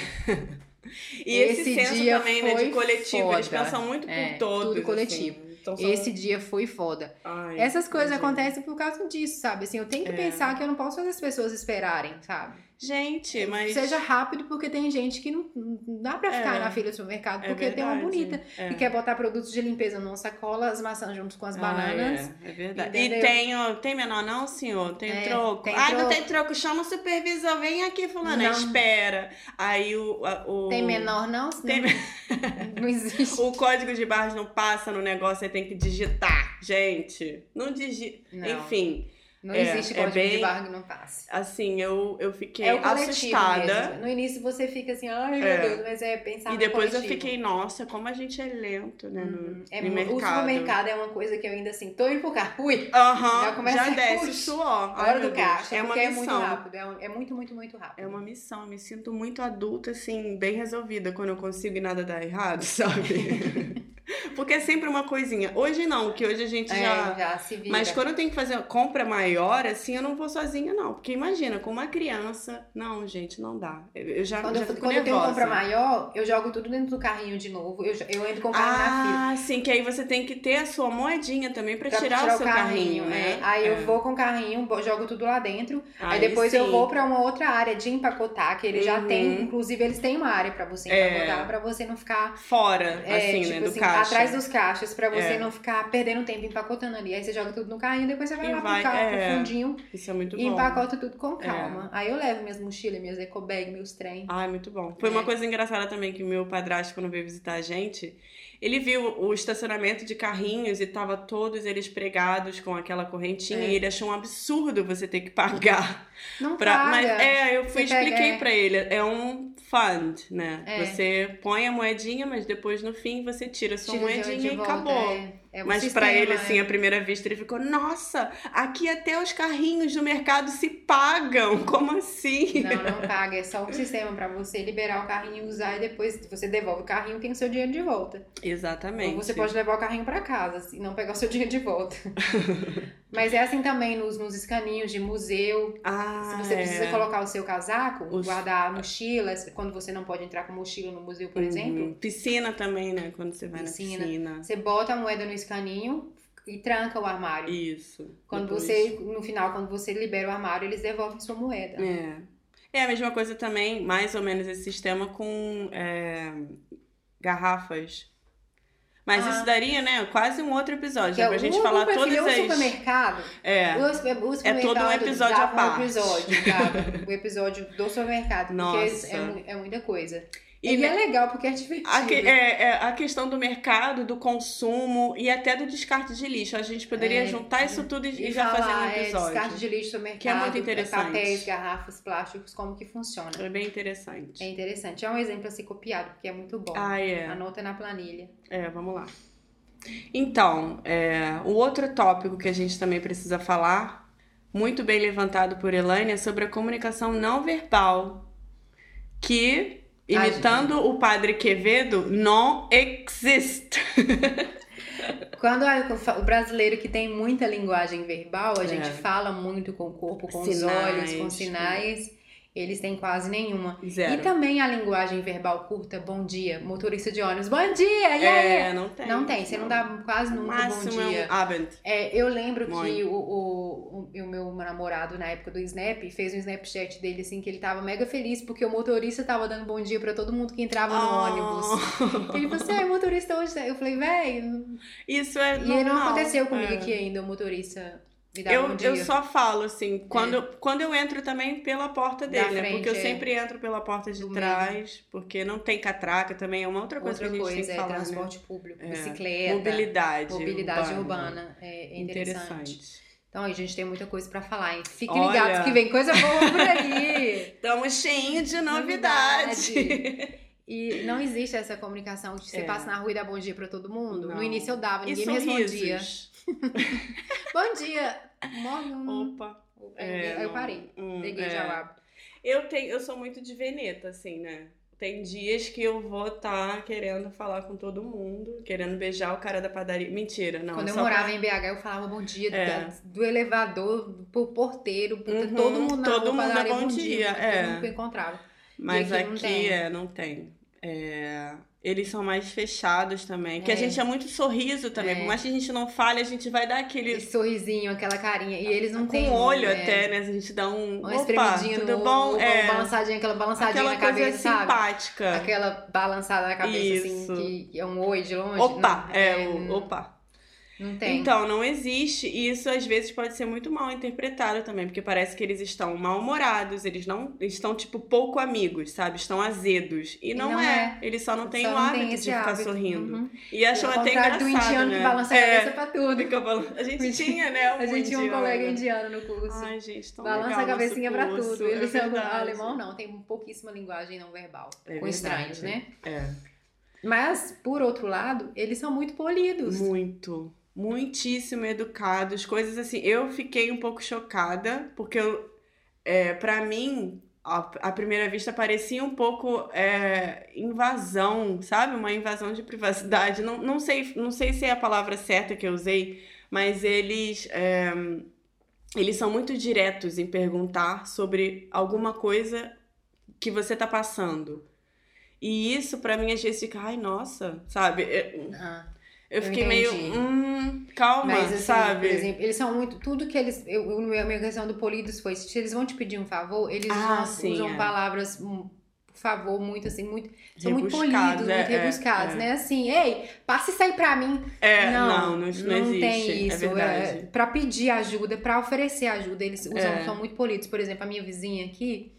E esse senso dia também, né, de coletivo, foda. Eles pensam muito por todos. Tudo coletivo. Assim. Então, esse dia foi foda. Essas coisas acontecem por causa disso, sabe? Assim, eu tenho que pensar que eu não posso fazer as pessoas esperarem, sabe? Gente, mas... Seja rápido, porque tem gente que não dá pra ficar na fila do supermercado, porque tem uma bonita que quer botar produtos de limpeza numa sacola, as maçãs junto com as bananas. É verdade. Entendeu? E tem menor não, senhor? Tem troco? Tem troco. Não tem troco. Chama o supervisor, vem aqui, fulano. Espera. Aí o... Tem menor não? Não existe. O código de barras não passa no negócio, você tem que digitar. Gente, não digita. Enfim... Não existe código de barra que não passe. Assim, eu fiquei assustada. Mesmo. No início você fica assim, ai meu Deus, mas pensar no E depois coletivo. eu fiquei, nossa, como a gente é lento, né, no mercado. O supermercado é uma coisa que eu ainda assim, tô indo pro carro, já desce o suor. A hora do caixa, é uma porque missão. É muito rápido, é muito, muito, muito rápido. É uma missão, eu me sinto muito adulta, assim, bem resolvida quando eu consigo e nada dá errado, sabe? Porque é sempre uma coisinha. Hoje não, que hoje a gente já se vira. Mas quando eu tenho que fazer uma compra maior, assim, eu não vou sozinha, não. Porque imagina, com uma criança... Não, gente, não dá. Eu já Quando fico eu tenho nervosa. compra maior, eu jogo tudo dentro do carrinho de novo. Eu entro com o carro na fila. Ah, sim, que aí você tem que ter a sua moedinha também pra tirar o seu carrinho, né? Aí eu vou com o carrinho, jogo tudo lá dentro. Aí depois eu vou pra uma outra área de empacotar, que eles já têm. Inclusive, eles têm uma área pra você empacotar, pra você não ficar... Fora, assim, tipo né, do assim, caixa. atrás dos caixas, pra você não ficar perdendo tempo empacotando ali. Aí você joga tudo no carrinho, depois você vai lá pro carro, pro fundinho. Isso é muito bom. E empacota tudo com calma. Aí eu levo minhas mochilas, minhas ecobag, meus trem. Ai, muito bom. Foi uma coisa engraçada também que meu padrasto, quando veio visitar a gente, ele viu o estacionamento de carrinhos e tava todos eles pregados com aquela correntinha e ele achou um absurdo você ter que pagar. Não paga. Mas eu expliquei pra ele, é um fund, né? Você põe a moedinha, mas depois no fim você tira a sua moedinha e acabou. Mas sistema, pra ele, assim, à primeira vista, ele ficou, nossa, aqui até os carrinhos do mercado se pagam, como assim? Não paga, é só um sistema pra você liberar o carrinho e usar e depois você devolve o carrinho e tem o seu dinheiro de volta. Exatamente. Ou você pode levar o carrinho pra casa e não pegar o seu dinheiro de volta. Mas é assim também nos escaninhos de museu. Se você precisa colocar o seu casaco, guardar a mochila, quando você não pode entrar com mochila no museu, por exemplo. Piscina também, né? Quando você vai na piscina. Você bota a moeda no escaninho e tranca o armário. Isso. Quando no final, quando você libera o armário, eles devolvem sua moeda. É a mesma coisa também, mais ou menos esse sistema com garrafas. Mas isso daria, né, quase um outro episódio, pra gente falar todas as... O supermercado. O supermercado é todo um episódio à parte. O episódio do supermercado. Nossa. Porque é muita coisa. E é legal, porque é divertido. A questão do mercado, do consumo e até do descarte de lixo. A gente poderia juntar isso tudo e já fazer um episódio. Descarte de lixo no mercado, que é muito interessante. Papéis, garrafas, plásticos, como que funciona. É bem interessante. É interessante. É um exemplo a ser copiado, porque é muito bom. Anota na planilha. Vamos lá. Então, o outro tópico que a gente também precisa falar, muito bem levantado por Elaine, é sobre a comunicação não verbal. Que... Imitando o Padre Quevedo, não existe. Quando o brasileiro que tem muita linguagem verbal, a gente fala muito com o corpo, com os olhos, com sinais, eles têm quase nenhuma. Zero. E também a linguagem verbal curta, bom dia, motorista de ônibus, bom dia, e aí? Não tem. Não tem, você não dá quase nunca bom dia. É um Abend. Eu lembro que o meu namorado, na época do Snap, fez um Snapchat dele, assim, que ele tava mega feliz, porque o motorista tava dando bom dia pra todo mundo que entrava no ônibus. Ele falou assim, motorista hoje... Eu falei, velho... Isso é normal. E não aconteceu comigo aqui ainda, o motorista... Eu só falo assim, quando eu entro também pela porta dele, né? Porque eu sempre entro pela porta de trás, porque não tem catraca também, é uma outra coisa que a gente tem que falar, transporte público, bicicleta, mobilidade urbana, é interessante. Então a gente tem muita coisa pra falar, hein? Fiquem ligados que vem coisa boa por aí. Estamos cheinhos de novidade. E não existe essa comunicação de você passa na rua e dá bom dia pra todo mundo. Não. No início eu dava, ninguém me respondia. Bom dia! Opa! Aí eu parei. Peguei já o hábito. Eu sou muito de veneta, assim, né? Tem dias que eu vou estar querendo falar com todo mundo, querendo beijar o cara da padaria. Mentira, não. Quando eu morava em BH, eu falava bom dia do elevador, pro porteiro, todo mundo na todo rua, mundo padaria, bom dia. Todo mundo que eu encontrava. Mas aqui não tem. Eles são mais fechados também. Que a gente é muito sorriso também. Por mais que a gente não fale, a gente vai dar aquele sorrisinho, aquela carinha. E eles não têm. Com o olho até, né? A gente dá uma espremidinha tudo bom? Aquela balançadinha na cabeça, coisa simpática. Sabe? Aquela balançada na cabeça, assim, que é um oi de longe. Opa! Opa! Não tem. Então, não existe, e isso às vezes pode ser muito mal interpretado também, porque parece que eles estão mal-humorados, eles não estão, tipo, pouco amigos, sabe? Estão azedos. E não é. Eles só não têm o hábito de ficar sorrindo. E acham até engraçado, do indiano, né? que balança a cabeça pra tudo. A gente tinha, né? A gente tinha um colega indiano no curso. Ai, gente, tão balança legal a cabecinha pra curso. tudo. Eles são verdade. alemão, não. Tem pouquíssima linguagem não verbal. Com verdade. estranhos, né? Mas, por outro lado, eles são muito polidos. Muitíssimo educados, coisas assim. Eu fiquei um pouco chocada, porque pra mim, à primeira vista, parecia um pouco invasão, sabe? Uma invasão de privacidade. Não sei se é a palavra certa que eu usei, mas eles são muito diretos em perguntar sobre alguma coisa que você tá passando. E isso, pra mim, às vezes fica, ai, nossa, sabe? Eu fiquei meio, calma, mas, assim, sabe? Por exemplo, eles são muito, tudo que eles, a minha questão do polidos foi, se eles vão te pedir um favor, eles usam palavras, por favor, muito assim, são muito polidos, muito rebuscados, né? Assim, ei, passa isso aí pra mim. Não existe, tem isso. Pra pedir ajuda, pra oferecer ajuda, eles são muito polidos. Por exemplo, a minha vizinha aqui,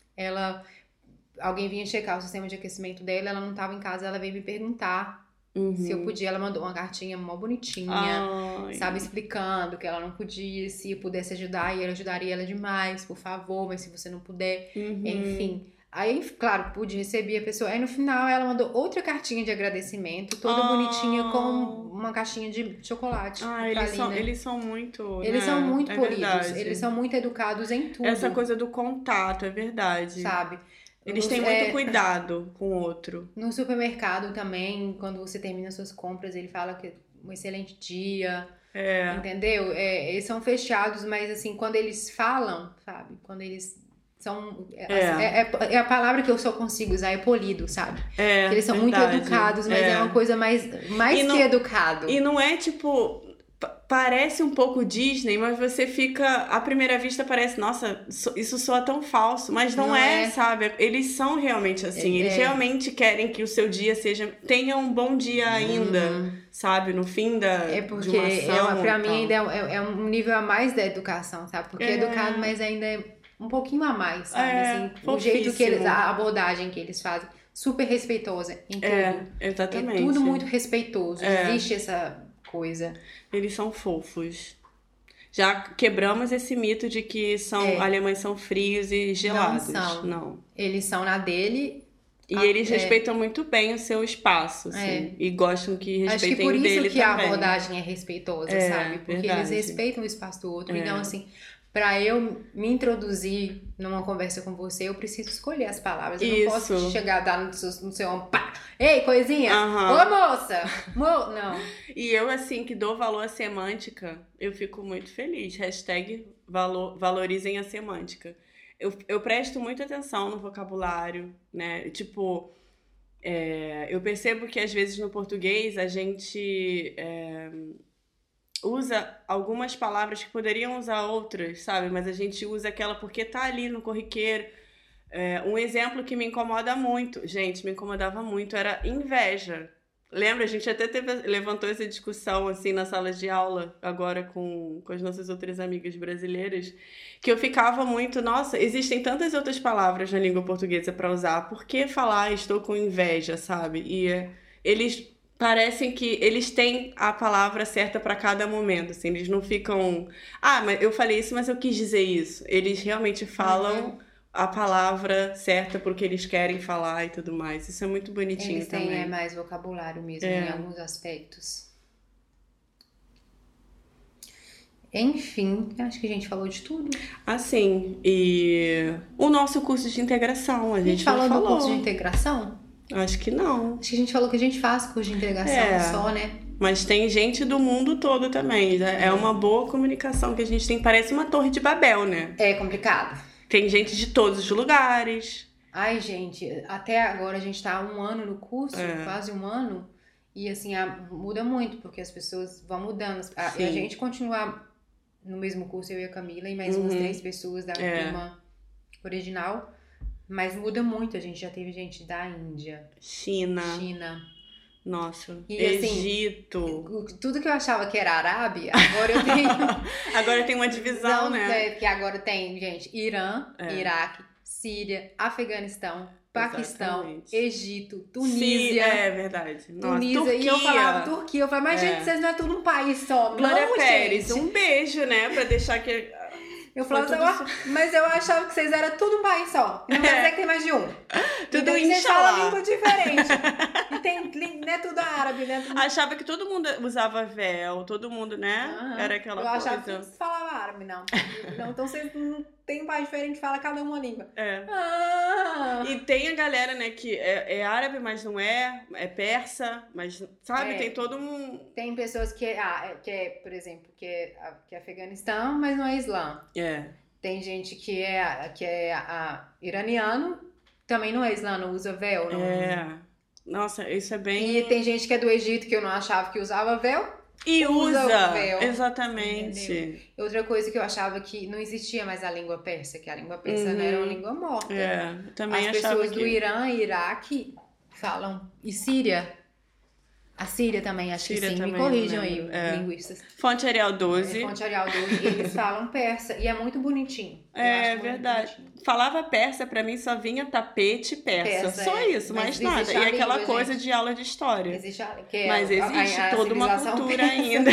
alguém vinha checar o sistema de aquecimento dela, ela não tava em casa, ela veio me perguntar se eu podia. Ela mandou uma cartinha mó bonitinha, sabe, explicando que ela não podia, se eu pudesse ajudar, e eu ajudaria ela demais, por favor, mas se você não puder, enfim. Aí, claro, pude receber a pessoa. Aí no final ela mandou outra cartinha de agradecimento, toda bonitinha, com uma caixinha de chocolate. Eles são muito. Eles são muito polidos, verdade. Eles são muito educados em tudo. Essa coisa do contato, é verdade. Sabe? Eles têm muito cuidado com o outro. No supermercado também, quando você termina suas compras, ele fala que é um excelente dia. Entendeu? Eles são fechados, mas assim, quando eles falam, sabe? Quando eles são... a palavra que eu só consigo usar é polido, sabe? Porque eles são muito educados, mas é uma coisa mais que educado. E não é tipo... Parece um pouco Disney, mas você fica... À primeira vista parece, nossa, isso soa tão falso. Mas não é, sabe? Eles são realmente assim. Eles realmente querem que o seu dia tenha um bom dia ainda, sabe? No fim de uma ação. Pra mim ainda é um nível a mais da educação, sabe? Porque educado, mas ainda é um pouquinho a mais, sabe? Assim, o jeito que a abordagem que eles fazem, super respeitosa em tudo. Exatamente. É tudo muito respeitoso. Existe essa coisa. Eles são fofos. Já quebramos esse mito de que alemães são frios e gelados. Não. Eles são na dele. E eles respeitam muito bem o seu espaço, assim. E gostam que respeitem o dele também. Acho que por isso que a abordagem é respeitosa, sabe? Porque verdade. eles respeitam o espaço do outro. Então, assim, pra eu me introduzir numa conversa com você, eu preciso escolher as palavras. Eu não posso chegar, dar no seu ombro, pá! Ei, coisinha! Ô, moça! Não. E eu, assim, que dou valor à semântica, eu fico muito feliz. #valorizem a semântica. Eu presto muita atenção no vocabulário, né? Tipo, eu percebo que às vezes no português a gente usa algumas palavras que poderiam usar outras, sabe? Mas a gente usa aquela porque tá ali no corriqueiro. Um exemplo que me incomoda muito, gente, me incomodava muito, era inveja. Lembra? A gente até levantou essa discussão assim na sala de aula, agora com as nossas outras amigas brasileiras, que eu ficava muito, nossa, existem tantas outras palavras na língua portuguesa para usar, por que falar estou com inveja, sabe? E eles parecem que eles têm a palavra certa para cada momento, assim, eles não ficam, mas eu falei isso, mas eu quis dizer isso. Eles realmente falam a palavra certa porque eles querem falar e tudo mais. Isso é muito bonitinho também. Eles têm mais vocabulário mesmo em alguns aspectos. Enfim, acho que a gente falou de tudo. Assim, e o nosso curso de integração, a gente falou do curso de integração? Acho que não. Acho que a gente falou que a gente faz curso de integração só, né? Mas tem gente do mundo todo também. É uma boa comunicação que a gente tem. Parece uma torre de Babel, né? É complicado. Tem gente de todos os lugares. Ai, gente, até agora a gente tá há 1 ano no curso, quase 1 ano. E assim, muda muito, porque as pessoas vão mudando. E a gente continua no mesmo curso, eu e a Camila, e mais umas 3 pessoas da turma original. Mas muda muito, a gente já teve gente da Índia. China. Nossa, E, assim, Egito. Tudo que eu achava que era Arábia, agora eu tenho... Agora tem uma divisão, né? Porque agora tem, gente, Irã, Iraque, Síria, Afeganistão, Paquistão, Exatamente. Egito, Sim, Tunísia. é verdade. Nossa, Tunísia. Turquia. E eu falava Turquia. Eu falava, mas gente, vocês não é tudo um país só. Glória não, Pérez, gente. um beijo, né? Pra deixar que... Eu falava, mas eu achava que vocês eram tudo um país só. Não quer dizer que tem mais de um. Tudo então, vocês Inxalá. falam língua diferente. E tem, não é tudo árabe, né? Tudo... Achava que todo mundo usava véu, todo mundo, né? Era aquela eu coisa. achava que vocês falavam árabe, não. Então vocês não tem um país diferente, fala cada uma língua. E tem a galera, né, que é árabe, mas não é persa, mas, sabe, tem todo um... Tem pessoas que por exemplo, que é Afeganistão, mas não é Islã. Tem gente que é iraniano, também não é Islã, não usa véu. Não... Nossa, isso é bem... E tem gente que é do Egito, que eu não achava que usava véu. E usa véu. Exatamente. Entendeu? Outra coisa que eu achava que não existia mais a língua persa, que a língua persa não era uma língua morta. Também As achava pessoas do Irã e Iraque falam. E Síria. A Síria também, acho Síria que sim. também, Me corrijam né? aí, linguistas. Fonte Arial 12. Fonte Arial 12, eles falam persa. E é muito bonitinho. É verdade. Bonitinho. Falava persa, pra mim só vinha tapete persa. Só isso, mais nada. E aquela coisa de aula de história. Mas existe toda uma cultura persa. Ainda.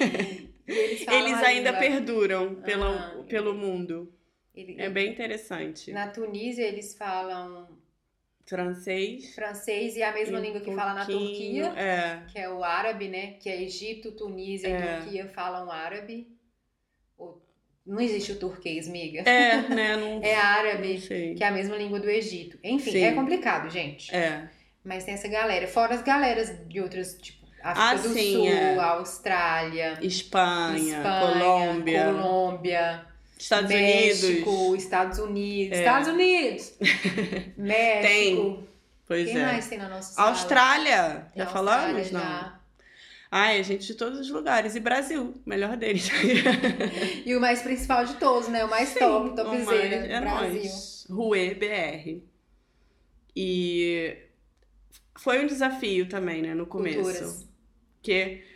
Eles ainda perduram pelo mundo. É bem interessante. Na Tunísia eles falam... Francês e a mesma língua que fala na Turquia, que é o árabe, né? Que é Egito, Tunísia e Turquia falam árabe. Não existe o turquês, miga. Né? Não, é árabe, que é a mesma língua do Egito. Enfim, é complicado, gente. Mas tem essa galera. Fora as galeras de outras, tipo, África do Sul, Austrália, Espanha, Colômbia. México, Estados Unidos, México. Quem mais tem na nossa sala? Austrália, já falamos? Já. Não. Ai, gente de todos os lugares. E Brasil, melhor deles. E o mais principal de todos, né? O mais topzera do Brasil. Nós. Rue BR. E foi um desafio também, né, no começo. Culturas. Porque...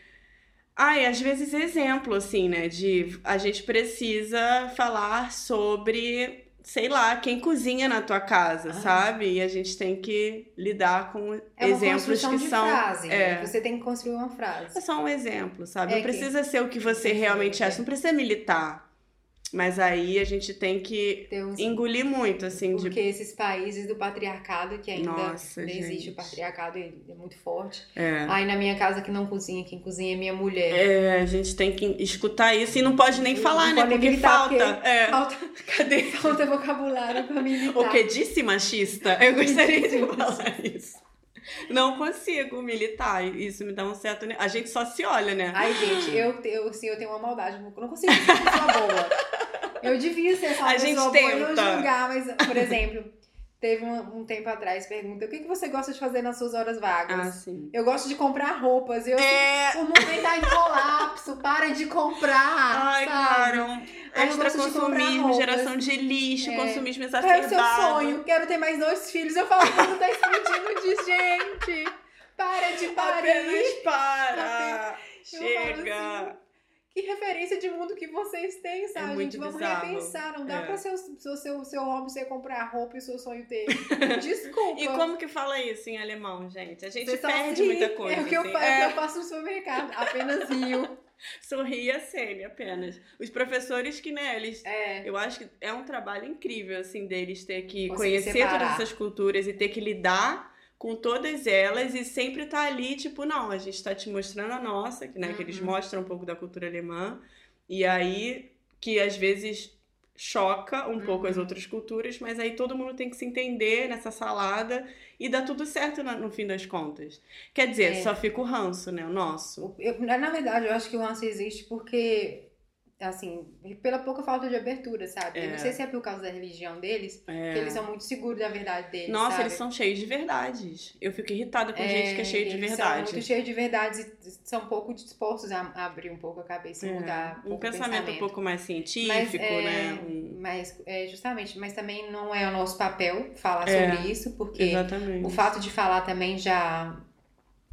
às vezes exemplo, assim, né, de a gente precisa falar sobre, sei lá, quem cozinha na tua casa, sabe? E a gente tem que lidar com exemplos que são... frase, você tem que construir uma frase. É só um exemplo, sabe? Não precisa ser o que você realmente acha, não precisa militar. Mas aí a gente tem que engolir muito, assim. Porque esses países do patriarcado, que ainda Nossa, existe o patriarcado, ele é muito forte. É. Aí na minha casa que não cozinha, quem cozinha é minha mulher. A gente tem que escutar isso e não pode nem falar, né? Porque militar, falta. Cadê? Falta vocabulário pra militar. O que disse machista? Eu gostaria de falar isso. Não consigo militar, isso me dá um certo... A gente só se olha, né? Ai, gente, eu tenho uma maldade, eu não consigo ser uma pessoa boa. Eu devia ser essa pessoa boa e não julgar, mas, por exemplo, teve um tempo atrás, pergunta, o que você gosta de fazer nas suas horas vagas? Sim. Eu gosto de comprar roupas, o mundo tá em colapso, para de comprar, Ai, cara, extra consumismo, geração de lixo, consumismo exacerbado. É o seu sonho, quero ter mais 2 filhos. Eu falo, o mundo tá explodindo de gente. Para de parar. Apenas para. Chega. Assim, que referência de mundo que vocês têm, sabe? Muito Vamos bizarro. repensar. Não dá pra seu hobby você comprar roupa e o seu sonho ter. Desculpa. E como que fala isso em alemão, gente? A gente perde muita coisa. É o que assim. eu faço no supermercado. Apenas rio. Sorri e acene apenas. Os professores que, né, eles... Eu acho que é um trabalho incrível, assim, deles ter que conhecer todas essas culturas e ter que lidar com todas elas e sempre tá ali, tipo, não, a gente tá te mostrando a nossa, né, que eles mostram um pouco da cultura alemã, e aí que às vezes choca um pouco as outras culturas, mas aí todo mundo tem que se entender nessa salada e dá tudo certo no fim das contas. Quer dizer, só fica o ranço, né, o nosso. Na verdade, eu acho que o ranço existe porque... assim, pela pouca falta de abertura, sabe? Eu não sei se é por causa da religião deles, que eles são muito seguros da verdade deles, Nossa, sabe? eles são cheios de verdades. Eu fico irritada com gente que é cheia de verdade. Eles são muito cheios de verdades e são pouco dispostos a abrir um pouco a cabeça e mudar um pensamento um pouco mais científico, né? Mas, justamente, mas também não é o nosso papel falar sobre isso, porque o fato de falar também já...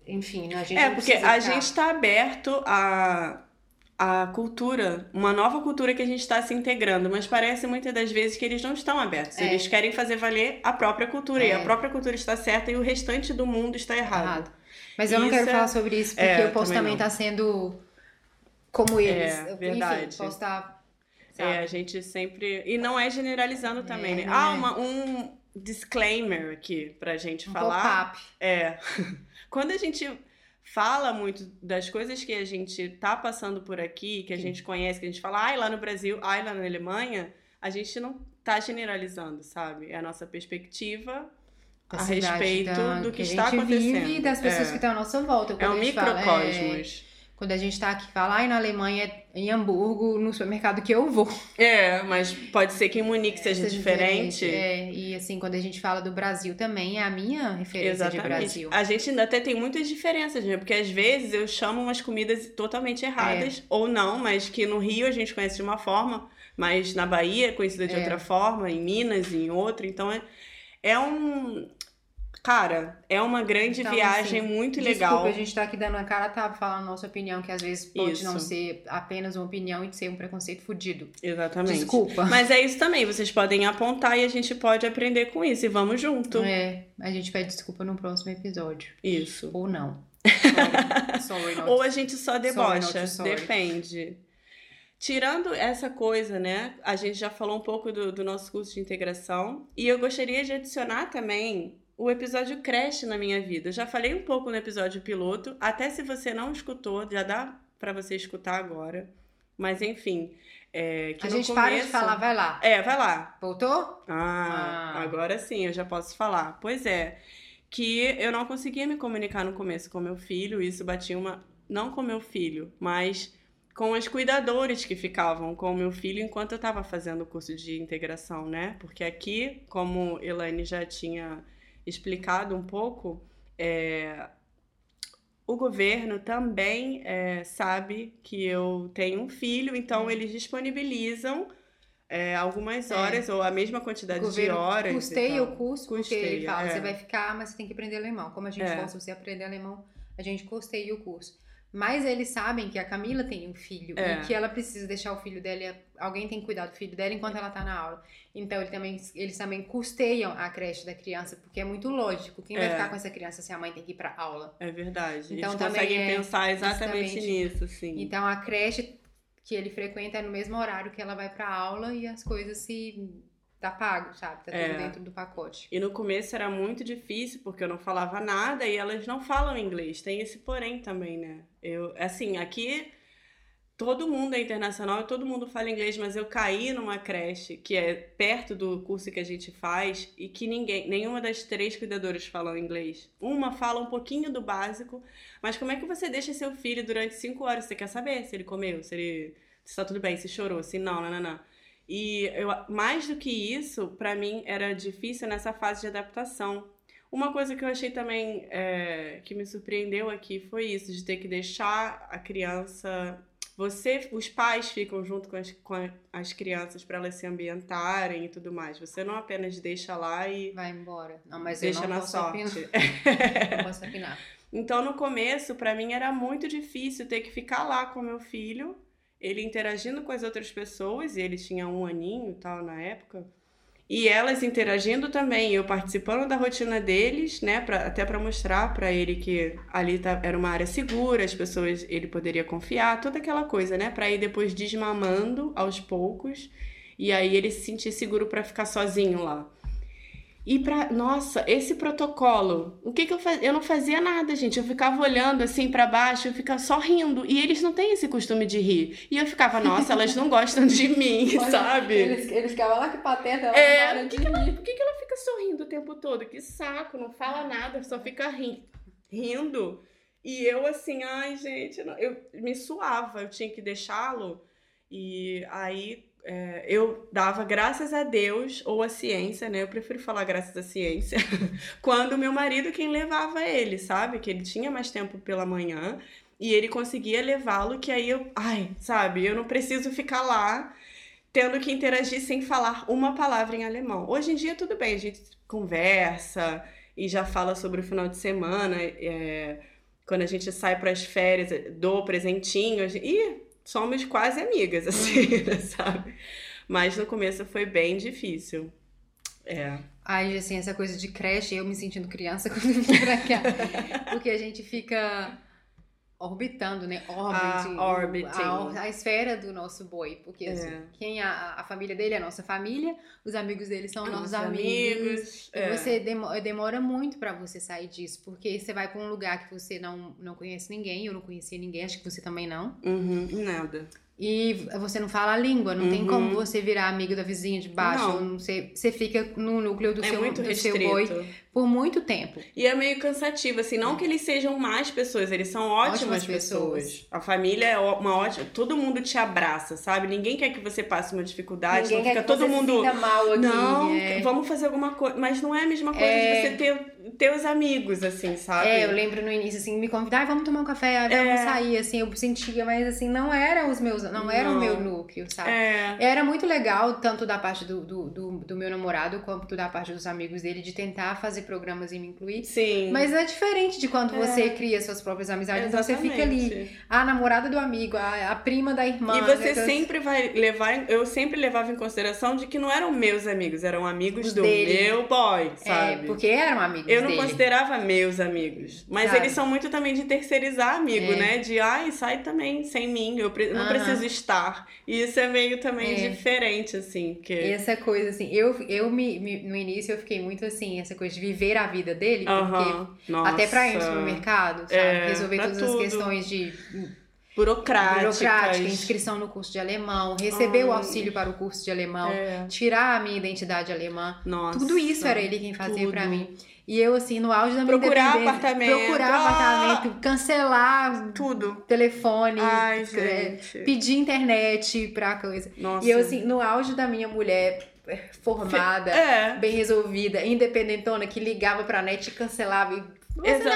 enfim, a gente porque a gente está aberto a cultura, uma nova cultura que a gente está se integrando, mas parece muitas das vezes que eles não estão abertos. Eles querem fazer valer a própria cultura, e a própria cultura está certa e o restante do mundo está errado. Mas eu não quero falar sobre isso, porque eu posso também estar sendo como eles. Verdade. Enfim, posso estar... a gente sempre... E não é generalizando também, né? Um disclaimer aqui pra gente falar. Pop-up. Quando a gente fala muito das coisas que a gente tá passando por aqui, que a gente conhece, que a gente fala, lá no Brasil, lá na Alemanha, a gente não tá generalizando, sabe? É a nossa perspectiva a respeito do que está acontecendo. Vive das pessoas que estão à nossa volta. É um microcosmos. Quando a gente tá aqui, fala, na Alemanha, em Hamburgo, no supermercado que eu vou. Mas pode ser que em Munique seja diferente. E assim, quando a gente fala do Brasil também, é a minha referência de Brasil. A gente ainda até tem muitas diferenças, né? Porque às vezes eu chamo umas comidas totalmente erradas, ou não, mas que no Rio a gente conhece de uma forma, mas na Bahia é conhecida de outra forma, em Minas em outra. Então Cara, é uma grande viagem muito legal. Desculpa, a gente tá aqui dando a cara, tá falando a nossa opinião, que às vezes pode não ser apenas uma opinião e ser um preconceito fudido. Exatamente. Desculpa. Mas é isso também, vocês podem apontar e a gente pode aprender com isso, e vamos junto. A gente pede desculpa no próximo episódio. Isso. Ou não. Sorry, Ou a gente só debocha, depende. Tirando essa coisa, né, a gente já falou um pouco do nosso curso de integração, e eu gostaria de adicionar também o episódio Creche na minha vida. Eu já falei um pouco no episódio piloto, até se você não escutou, já dá pra você escutar agora. Mas enfim, que a gente para de falar, vai lá. Vai lá. Voltou? Agora sim, eu já posso falar. Pois é, que eu não conseguia me comunicar no começo com meu filho, isso batia não com meu filho, mas com as cuidadoras que ficavam com o meu filho enquanto eu estava fazendo o curso de integração, né? Porque aqui, como Elaine já tinha explicado um pouco, o governo também sabe que eu tenho um filho, então eles disponibilizam algumas horas ou a mesma quantidade de horas. Custeia o curso, porque ele fala, você vai ficar, mas você tem que aprender alemão. Como a gente força você a aprender alemão, a gente custeia o curso. Mas eles sabem que a Camila tem um filho e que ela precisa deixar o filho dela, alguém tem que cuidar do filho dela enquanto ela tá na aula. Então eles também custeiam a creche da criança, porque é muito lógico. Quem vai ficar com essa criança se a mãe tem que ir pra aula? É verdade. Então, eles conseguem pensar exatamente nisso, sim. Então a creche que ele frequenta é no mesmo horário que ela vai pra aula e as coisas tá pago, sabe? Tá tudo dentro do pacote. E no começo era muito difícil, porque eu não falava nada e elas não falam inglês. Tem esse porém também, né? Aqui todo mundo é internacional e todo mundo fala inglês, mas eu caí numa creche que é perto do curso que a gente faz e que nenhuma das 3 cuidadoras falam inglês. Uma fala um pouquinho do básico, mas como é que você deixa seu filho durante 5 horas? Você quer saber se ele comeu, se tá tudo bem, se chorou, se não. E mais do que isso, pra mim, era difícil nessa fase de adaptação. Uma coisa que eu achei também que me surpreendeu aqui foi isso, de ter que deixar a criança... os pais ficam junto com as crianças para elas se ambientarem e tudo mais. Você não apenas deixa lá e... vai embora. Não, mas deixa eu não na posso sorte. Não posso opinar. Então, no começo, pra mim, era muito difícil ter que ficar lá com meu filho, ele interagindo com as outras pessoas, e ele tinha 1 aninho e tal na época, e elas interagindo também, eu participando da rotina deles, né, até para mostrar para ele que ali era uma área segura, as pessoas, ele poderia confiar, toda aquela coisa, né, para ir depois desmamando aos poucos, e aí ele se sentir seguro para ficar sozinho lá. E nossa, esse protocolo, o que eu fazia? Eu não fazia nada, gente. Eu ficava olhando assim pra baixo, eu ficava só rindo. E eles não têm esse costume de rir. E eu ficava, nossa, elas não gostam de mim, sabe? Eles ficavam lá que pateta, ela não para de rir. Por que ela fica sorrindo o tempo todo? Que saco, não fala nada, só fica rindo. E eu assim, ai, gente, eu me suava, eu tinha que deixá-lo. E aí... eu dava graças a Deus ou a ciência, né? Eu prefiro falar graças à ciência. Quando meu marido quem levava ele, sabe? Que ele tinha mais tempo pela manhã e ele conseguia levá-lo, que aí eu não preciso ficar lá tendo que interagir sem falar uma palavra em alemão. Hoje em dia tudo bem, a gente conversa e já fala sobre o final de semana, Quando a gente sai pras férias, dou presentinho, e somos quase amigas, assim, sabe? Mas no começo foi bem difícil. Ai, assim, essa coisa de creche, eu me sentindo criança quando eu vim pra cá. Porque a gente fica orbitando, né? Orbiting. A esfera do nosso boy. Porque assim, a família dele é a nossa família, os amigos dele são nossos amigos. E você demora muito pra você sair disso. Porque você vai pra um lugar que você não conhece ninguém, eu não conhecia ninguém, acho que você também não. Nada. E você não fala a língua, não tem como você virar amigo da vizinha de baixo. Você fica no núcleo do seu boi por muito tempo. E é meio cansativo, assim, não que eles sejam más pessoas, eles são ótimas pessoas. A família é uma ótima, todo mundo te abraça, sabe? Ninguém quer que você passe uma dificuldade, ninguém não quer fica que todo você mundo se sinta mal aqui. Não, vamos fazer alguma coisa, mas não é a mesma coisa de você ter os amigos, assim, sabe? Eu lembro no início, assim, me convidar, vamos tomar um café, vamos sair, assim, eu sentia, mas assim, não era o meu núcleo, sabe? Era muito legal, tanto da parte do meu namorado, quanto da parte dos amigos dele, de tentar fazer programas e me incluir. Sim. Mas é diferente de quando você cria suas próprias amizades, então você fica ali, a namorada do amigo, a prima da irmã. E você sempre vai levar, eu sempre levava em consideração de que não eram meus amigos, eram amigos do meu boy, sabe? Porque eram amigos eu não considerava meus amigos, mas sabe? Eles são muito também de terceirizar amigo, né? De, sai também sem mim, eu não preciso estar. E isso é meio também diferente, assim. Que... Essa coisa, assim, no início eu fiquei muito assim, essa coisa de viver a vida dele, porque até pra ir no supermercado, sabe? Resolver todas as questões de... burocrática, inscrição no curso de alemão, receber o auxílio para o curso de alemão, tirar a minha identidade alemã. Nossa, tudo isso era ele quem fazia pra mim. E eu, assim, no auge da minha procurar apartamento, cancelar tudo, telefone, gente. Pedir internet pra coisa. Nossa. E eu, assim, no auge da minha mulher formada, bem resolvida, independentona, que ligava pra net e cancelava e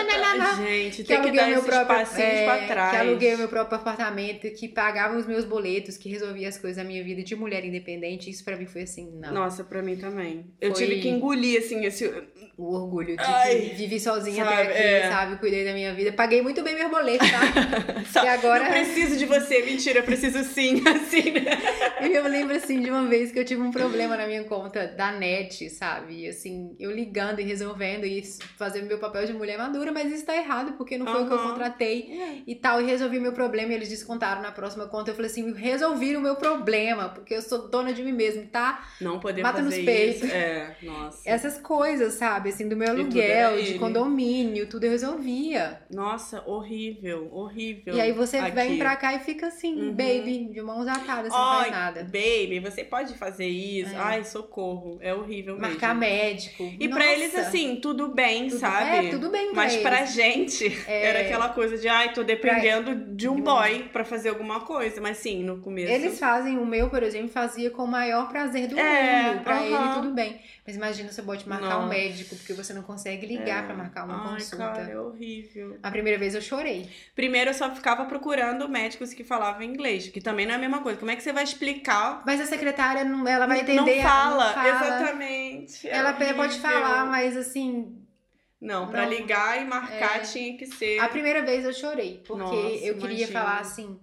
gente, tem que dar esses passinhos pra trás. Que aluguei o meu próprio apartamento, que pagava os meus boletos, que resolvia as coisas da minha vida de mulher independente. Isso pra mim foi assim, não. Nossa, pra mim também. Eu tive que engolir, assim, o orgulho de que vivi sozinha até aqui, sabe? Cuidei da minha vida. Paguei muito bem meus boletos, tá? E agora... Não preciso de você. Mentira, eu preciso sim, assim, né? Eu lembro, assim, de uma vez que eu tive um problema na minha conta da net, sabe? E, assim, eu ligando e resolvendo e fazendo meu papel de mulher madura, mas isso tá errado, porque não foi o que eu contratei e tal. E resolvi meu problema e eles descontaram na próxima conta. Eu falei assim, resolvi o meu problema, porque eu sou dona de mim mesmo, tá? Não poder Bata fazer nos peitos. Isso. Nossa. Essas coisas, sabe? Assim, do meu aluguel, de condomínio, tudo eu resolvia. Nossa, horrível. E aí você vem pra cá e fica assim, baby, de mãos atadas, sem faz nada. Baby, você pode fazer isso? Ai, socorro. É horrível mesmo. Marcar médico. E pra eles, assim, tudo bem, sabe? Tudo bem pra Mas eles. Pra gente, era aquela coisa de, tô dependendo de um boy pra fazer alguma coisa. Mas sim, no começo... Eles fazem, o meu, por exemplo, fazia com o maior prazer do mundo. Pra ele, tudo bem. Mas imagina você pode marcar um médico, porque você não consegue ligar pra marcar uma consulta. Cara, é horrível. A primeira vez eu chorei. Primeiro eu só ficava procurando médicos que falavam inglês, que também não é a mesma coisa. Como é que você vai explicar? Mas a secretária, ela vai entender. Não fala. Exatamente. Ela pode falar, mas assim... Não, pra ligar e marcar tinha que ser... A primeira vez eu chorei, porque eu queria falar assim,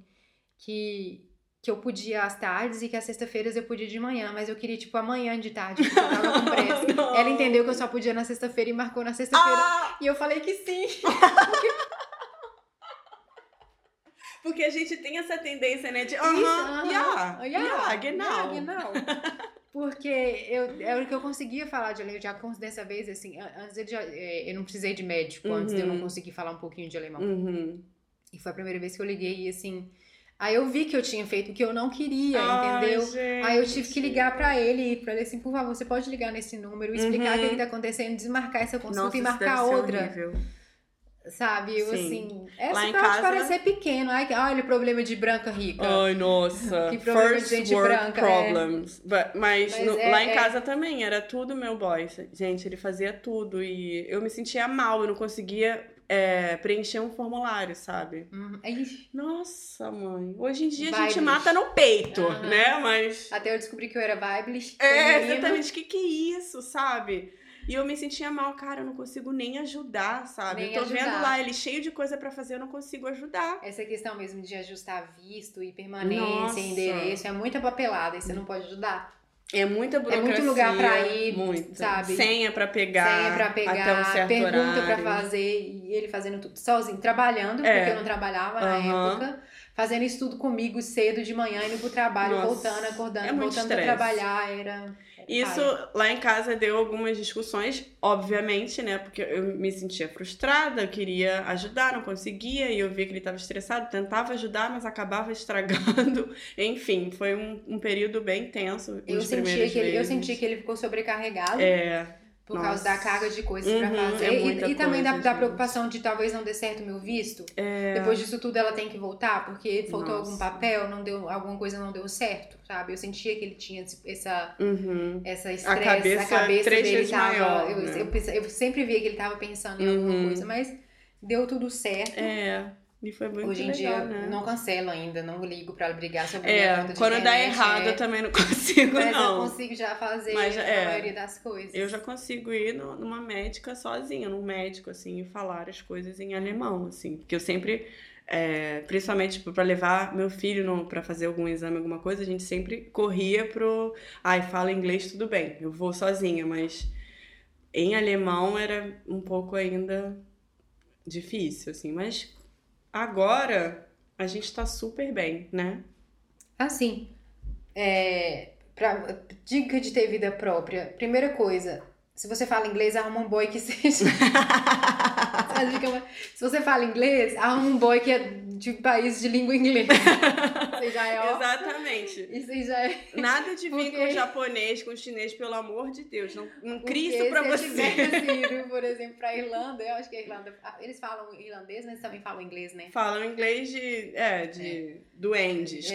que eu podia às tardes e que às sexta-feiras eu podia de manhã, mas eu queria, tipo, amanhã de tarde, porque eu tava com pressa. Ela entendeu que eu só podia na sexta-feira e marcou na sexta-feira. E eu falei que sim. Porque a gente tem essa tendência, né, de... Genau. Porque era o que eu conseguia falar de alemão. Já dessa vez, assim, antes eu não precisei de médico, antes de eu não conseguir falar um pouquinho de alemão. E foi a primeira vez que eu liguei e, assim... Aí eu vi que eu tinha feito o que eu não queria, entendeu? Gente. Aí eu tive que ligar pra ele assim, por favor, você pode ligar nesse número, explicar o que tá acontecendo, desmarcar essa consulta e marcar outra. Horrível. Sabe? Eu, assim... Essa pode casa... parecer pequeno. Olha o problema de branca rica. Ai, nossa. Que problema de gente branca. Problems. Mas lá em casa também, era tudo meu boy. Gente, ele fazia tudo. E eu me sentia mal, eu não conseguia preencher um formulário, sabe? Nossa, mãe. Hoje em dia a gente mata no peito, né? Mas... Até eu descobri que eu era weiblich. Exatamente. O que é isso, sabe? E eu me sentia mal, cara, eu não consigo nem ajudar, sabe? Eu tô vendo lá ele cheio de coisa pra fazer, eu não consigo ajudar. Essa questão mesmo de ajustar visto e permanência, endereço, é muita papelada e você não pode ajudar. É muita burocracia. É muito lugar pra ir, muito. sabe? Senha pra pegar até um certo pergunta horário. pra fazer, e ele fazendo tudo sozinho, trabalhando, porque eu não trabalhava na época, fazendo isso tudo comigo cedo de manhã, indo pro trabalho, voltando, acordando, voltando pra trabalhar, era isso lá em casa deu algumas discussões, obviamente, né? Porque eu me sentia frustrada, eu queria ajudar, não conseguia, e eu via que ele estava estressado, tentava ajudar, mas acabava estragando. Enfim, foi um período bem tenso. Eu senti que ele ficou sobrecarregado. Por causa da carga de coisas pra fazer. E também da preocupação de talvez não dê certo o meu visto. Depois disso tudo ela tem que voltar, porque faltou algum papel, alguma coisa não deu certo, sabe? Eu sentia que ele tinha essa estresse, a cabeça dele tava... Maior, eu sempre via que ele tava pensando em alguma coisa, mas deu tudo certo. E foi muito Hoje em legal, dia, né? não cancelo ainda, não ligo pra brigar sobre a conta de quando internet, dá errado, eu também não consigo, mas não. eu consigo já fazer a maioria das coisas. Eu já consigo ir numa médica sozinha, num médico, assim, e falar as coisas em alemão, assim. Porque eu sempre, principalmente pra levar meu filho pra fazer algum exame, alguma coisa, a gente sempre corria pro... fala inglês, tudo bem, eu vou sozinha, mas em alemão era um pouco ainda difícil, assim, mas... Agora, a gente tá super bem, né? Assim, dica de ter vida própria. Primeira coisa, se você fala inglês, arruma um boy que seja... Se você fala inglês, arruma um boy que é de país de língua inglesa. Você já é Exatamente. Isso já é... Nada de vir com japonês, com chinês, pelo amor de Deus. Não crie isso pra você. Se eu tivesse ido, por exemplo, pra Irlanda, eu acho que a Irlanda... Eles falam irlandês, mas também falam inglês, né? Falam inglês de duendes.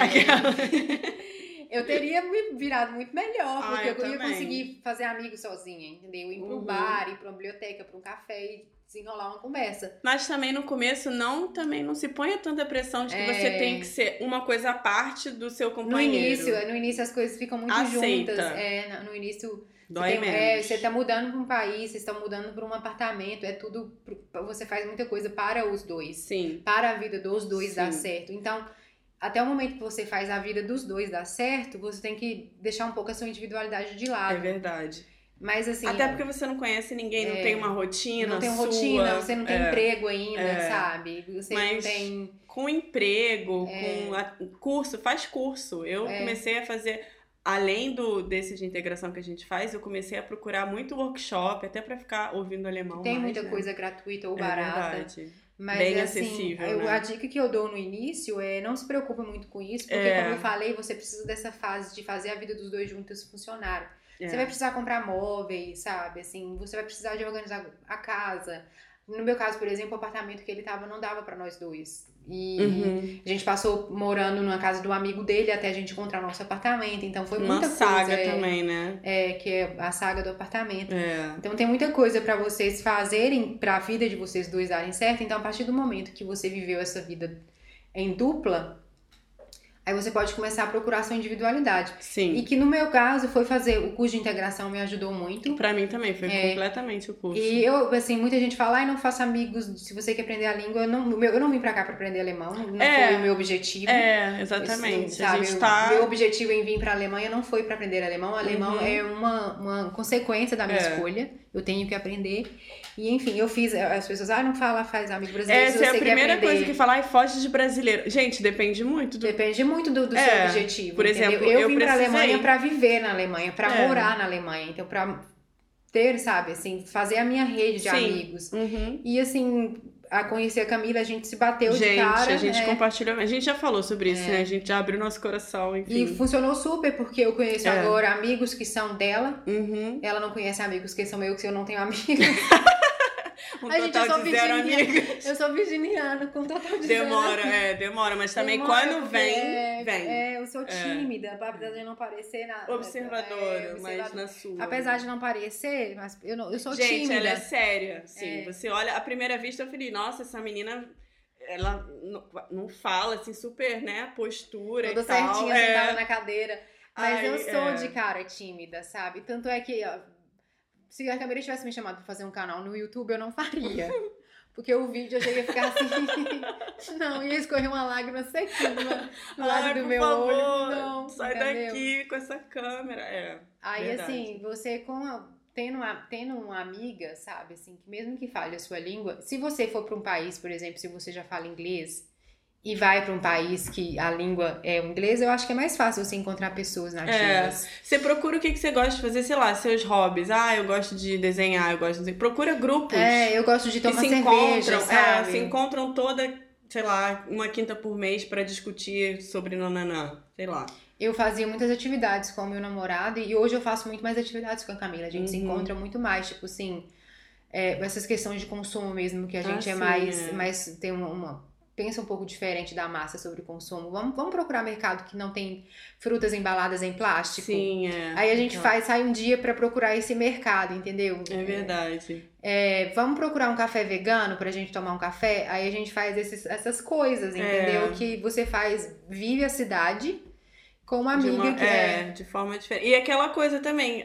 Eu teria me virado muito melhor, porque eu ia conseguir fazer amigos sozinha, entendeu? Ir pro bar, ir pra uma biblioteca, pra um café e desenrolar uma conversa. Mas também no começo também não se ponha tanta pressão de que você tem que ser uma coisa à parte do seu companheiro. No início as coisas ficam muito juntas. No início dói menos. Você tá mudando pra um país, vocês estão mudando pra um apartamento, você faz muita coisa para os dois. Sim. Para a vida dos dois dar certo. Então, até o momento que você faz a vida dos dois dar certo, você tem que deixar um pouco a sua individualidade de lado. É verdade. Mas assim... Até porque você não conhece ninguém, não tem uma rotina Não tem rotina, você não tem emprego ainda, sabe? Você não tem... Com emprego, com curso, faz curso. Eu comecei a fazer... Além desse de integração que a gente faz, eu comecei a procurar muito workshop, até pra ficar ouvindo alemão. Tem muita coisa gratuita ou barata. Verdade. Mas, bem assim, acessível, né? A dica que eu dou no início é não se preocupe muito com isso, porque como eu falei, você precisa dessa fase de fazer a vida dos dois juntos funcionar. Você vai precisar comprar móveis, sabe? Assim, você vai precisar de organizar a casa. No meu caso, por exemplo, o apartamento que ele tava não dava pra nós dois. E a gente passou morando numa casa do amigo dele até a gente encontrar nosso apartamento. Então foi muita coisa. Uma saga também, né? Que é a saga do apartamento. Então tem muita coisa pra vocês fazerem, pra vida de vocês dois darem certo. Então a partir do momento que você viveu essa vida em dupla, aí você pode começar a procurar sua individualidade. Sim. E que no meu caso foi fazer o curso de integração, me ajudou muito. Pra mim também, foi completamente o curso. E eu, assim, muita gente fala, não faça amigos, se você quer aprender a língua. Eu não vim pra cá pra aprender alemão, não foi o meu objetivo. Exatamente. Sabe, meu objetivo em vir pra Alemanha não foi pra aprender alemão. Alemão é uma consequência da minha escolha. Eu tenho que aprender. E, enfim, eu fiz... As pessoas, não faz amigo brasileiro. Essa é a primeira coisa que falar, foge de brasileiro. Gente, depende muito do seu objetivo. Por exemplo, eu vim pra Alemanha pra viver na Alemanha, pra morar na Alemanha. Então, pra ter, sabe, assim, fazer a minha rede de amigos. E, assim, a conhecer a Camila, a gente se bateu de cara. A gente compartilhou. A gente já falou sobre isso, né? A gente já abriu nosso coração, enfim. E funcionou super, porque eu conheço agora amigos que são dela. Ela não conhece amigos que são meus, que eu não tenho amigos. Eu sou virginiana, com total de Demora, mas também quando vem. Eu sou tímida, apesar de não parecer observadora, mas na sua. Apesar de não parecer, mas eu sou tímida. Gente, ela é séria, sim. Você olha, à primeira vista eu falei, nossa, essa menina, ela não fala, assim, super, né, postura toda e tal. Certinha, sentada na cadeira. Mas eu sou de cara tímida, sabe? Tanto é que... se a Camila tivesse me chamado pra fazer um canal no YouTube, eu não faria. Porque o vídeo eu já ia ficar assim. Não, ia escorrer uma lágrima sequinha do lado do meu olho. Não, sai daqui com essa câmera. Aí, verdade. assim, você tendo uma amiga, sabe, assim, que mesmo que fale a sua língua, se você for para um país, por exemplo, se você já fala inglês e vai para um país que a língua é o inglês, eu acho que é mais fácil você encontrar pessoas nativas. Você procura o que você gosta de fazer, sei lá, seus hobbies. Eu gosto de desenhar, eu gosto de... Procura grupos. Eu gosto de tomar cerveja, sabe? Se encontram toda, sei lá, uma quinta por mês pra discutir sobre nananã, sei lá. Eu fazia muitas atividades com o meu namorado e hoje eu faço muito mais atividades com a Camila. A gente se encontra muito mais, tipo assim, essas questões de consumo mesmo, que a gente mais tem pensa um pouco diferente da massa sobre o consumo. Vamos procurar mercado que não tem frutas embaladas em plástico. Sim, Aí a gente sai um dia pra procurar esse mercado, entendeu? É verdade. Vamos procurar um café vegano pra gente tomar um café. Aí a gente faz essas coisas, entendeu? Que você vive a cidade com uma amiga de forma diferente. E aquela coisa também,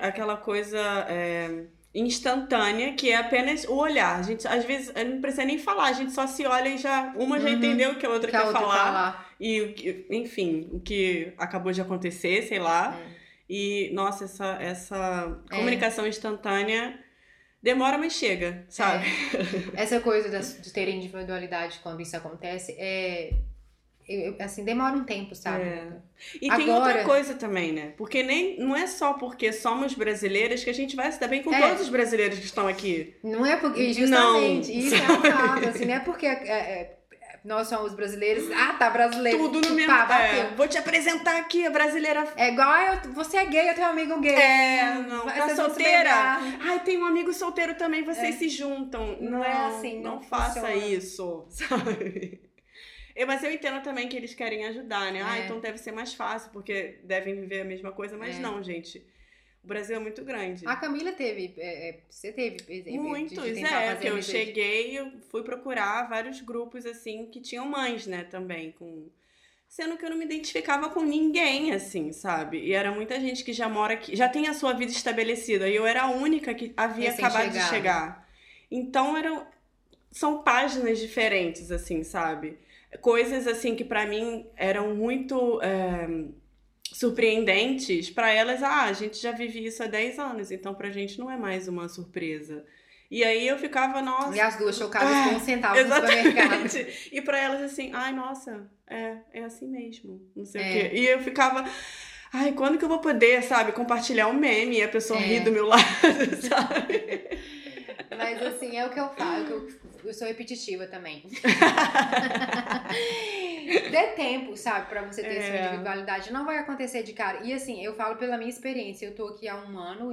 instantânea, que é apenas o olhar. A gente, às vezes, não precisa nem falar, a gente só se olha e já entendeu o que a outra quer falar. E, enfim, o que acabou de acontecer, sei lá. E, nossa, essa comunicação instantânea demora, mas chega, sabe? Essa coisa de ter individualidade quando isso acontece assim, demora um tempo, sabe? E tem outra coisa também, né? Porque não é só porque somos brasileiras que a gente vai se dar bem com todos os brasileiros que estão aqui. Não é porque, justamente, isso é um fato, assim, não é porque nós somos brasileiros, tá brasileiro. Tudo no mesmo. Vou te apresentar aqui, a brasileira. É igual, você é gay, eu tenho um amigo gay. Não, tá solteira. Tem um amigo solteiro também, vocês se juntam. Não é assim, não faça isso, sabe? Mas eu entendo também que eles querem ajudar, né? Então deve ser mais fácil, porque devem viver a mesma coisa. Mas não, gente. O Brasil é muito grande. A Camila teve... você teve exemplo? Muitos, que eu cheguei, eu fui procurar vários grupos, assim, que tinham mães, né, também. Sendo que eu não me identificava com ninguém, assim, sabe? E era muita gente que já mora aqui, já tem a sua vida estabelecida. E eu era a única que havia acabado de chegar. Então, são páginas diferentes, assim, sabe? Coisas, assim, que pra mim eram muito surpreendentes. Pra elas, a gente já vive isso há 10 anos, então pra gente não é mais uma surpresa. E aí eu ficava, nossa... E as duas chocadas com um centavo no supermercado. E pra elas, assim, nossa, é assim mesmo, não sei o quê. E eu ficava... quando que eu vou poder, sabe, compartilhar um meme e a pessoa rir do meu lado, sabe? Mas, assim, é o que eu falo, eu sou repetitiva também. Dê tempo, sabe, pra você ter sua individualidade. Não vai acontecer de cara. E, assim, eu falo pela minha experiência. Eu tô aqui há um ano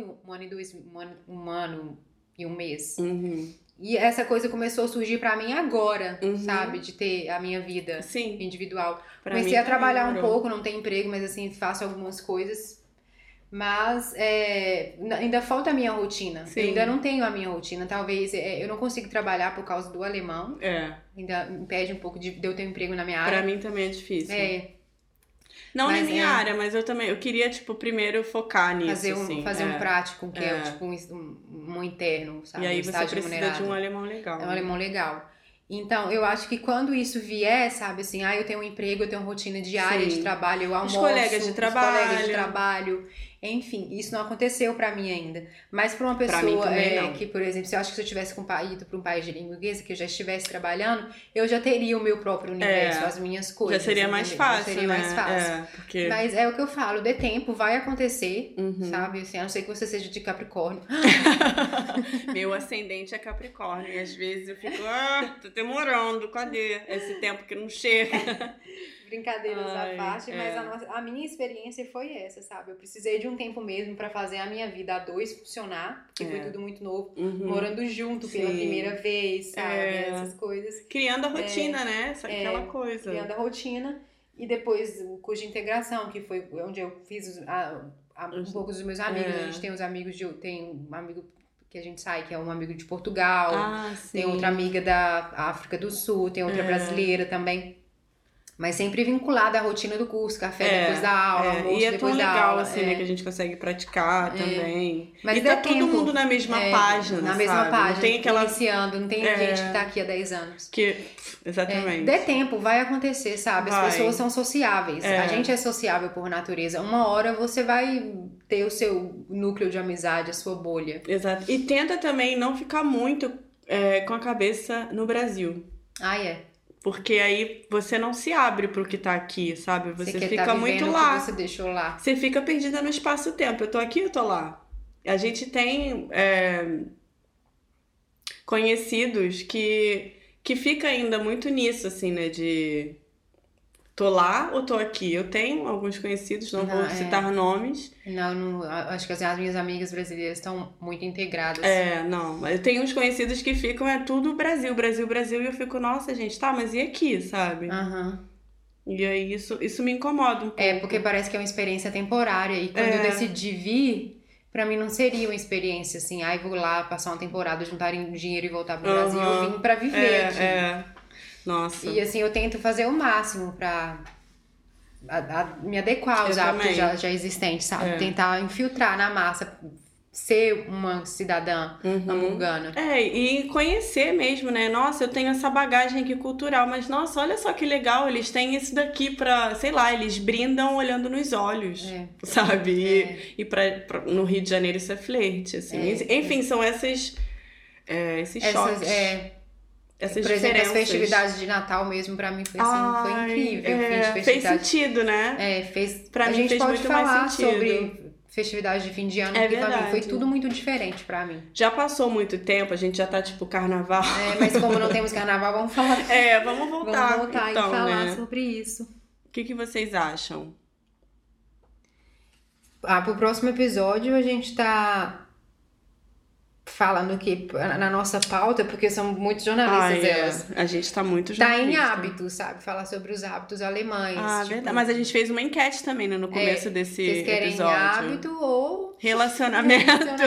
e um mês. E essa coisa começou a surgir pra mim agora, sabe? De ter a minha vida individual. Comecei a trabalhar um pouco, não tenho emprego, mas, assim, faço algumas coisas. Mas ainda falta a minha rotina. Eu ainda não tenho a minha rotina. Talvez eu não consigo trabalhar por causa do alemão. Ainda impede um pouco de eu ter um emprego na minha área. Pra mim também é difícil. Não na minha área, mas eu queria, tipo, primeiro focar nisso. Fazer um prático, que é tipo um interno, sabe? E aí você precisa de um alemão legal. Um alemão legal. Então, eu acho que quando isso vier, sabe, assim, eu tenho um emprego, eu tenho uma rotina diária de trabalho, eu almoço, os colegas de trabalho, enfim, isso não aconteceu pra mim ainda. Mas pra uma pessoa que, por exemplo, se eu tivesse ido pra um país de língua inglesa, que eu já estivesse trabalhando, eu já teria o meu próprio universo, as minhas coisas. Já seria mais fácil, mais fácil. Porque... Mas é o que eu falo, dê tempo, vai acontecer, sabe, assim, a não ser que você seja de Capricórnio. Meu ascendente é Capricórnio, e às vezes eu fico, tô demorando, cadê esse tempo que não chega? Brincadeiras à parte, mas a minha experiência foi essa, sabe? Eu precisei de um tempo mesmo pra fazer a minha vida a dois funcionar, porque foi tudo muito novo, morando junto pela primeira vez, sabe? Essas coisas. Criando a rotina, né? Aquela coisa. Criando a rotina. E depois o curso de integração, que foi onde eu fiz um pouco dos meus amigos. A gente tem uns amigos tem um amigo que a gente sai, que é um amigo de Portugal. Tem outra amiga da África do Sul, tem outra brasileira também. Mas sempre vinculada à rotina do curso, café depois da aula, almoço e é depois tão da legal, aula. assim, né, que a gente consegue praticar também. Mas e tá todo mundo na mesma página, na mesma página, não tem aquela... iniciando, não tem gente que tá aqui há 10 anos. Exatamente. Dê tempo, vai acontecer, sabe? As pessoas são sociáveis. A gente é sociável por natureza. Uma hora você vai ter o seu núcleo de amizade, a sua bolha. Exato. E tenta também não ficar muito com a cabeça no Brasil. Porque aí você não se abre pro que tá aqui, sabe? Você fica muito lá. Você deixou lá. Você fica perdida no espaço-tempo. Eu tô aqui, eu tô lá. A gente tem conhecidos que fica ainda muito nisso, assim, né? De tô lá ou tô aqui? Eu tenho alguns conhecidos, não vou citar nomes. Não, acho que as minhas amigas brasileiras estão muito integradas. Não. Eu tenho uns conhecidos que ficam, tudo Brasil, Brasil, Brasil, e eu fico, nossa, gente, tá, mas e aqui, sabe? E aí isso me incomoda um pouco. Porque parece que é uma experiência temporária, e quando eu decidi vir, pra mim não seria uma experiência assim, vou lá passar uma temporada, juntar dinheiro e voltar pro Brasil. Eu vim pra viver aqui. Nossa. E assim, eu tento fazer o máximo pra me adequar aos hábitos já existentes, sabe? Tentar infiltrar na massa, ser uma cidadã hamburgana. E conhecer mesmo, né? Nossa, eu tenho essa bagagem aqui cultural, mas nossa, olha só que legal, eles têm isso daqui pra, sei lá, eles brindam olhando nos olhos, sabe? E no Rio de Janeiro isso é flerte, assim. Enfim, são esses choques. Essas por exemplo, diferenças. as festividades de Natal mesmo, pra mim, foi incrível. Fez sentido, né? Pra mim fez muito mais sentido. Sobre festividade de fim de ano, porque pra mim foi tudo muito diferente pra mim. Já passou muito tempo, a gente já tá tipo carnaval. Mas como não temos carnaval, vamos falar. Vamos voltar então, e falar sobre isso. O que vocês acham? Pro próximo episódio a gente tá falando que na nossa pauta, porque são muitos jornalistas elas. A gente tá muito jornalista. Tá em hábitos, sabe? Falar sobre os hábitos alemães. Verdade. Mas a gente fez uma enquete também, né, no começo desse episódio. Vocês querem hábito ou relacionamento.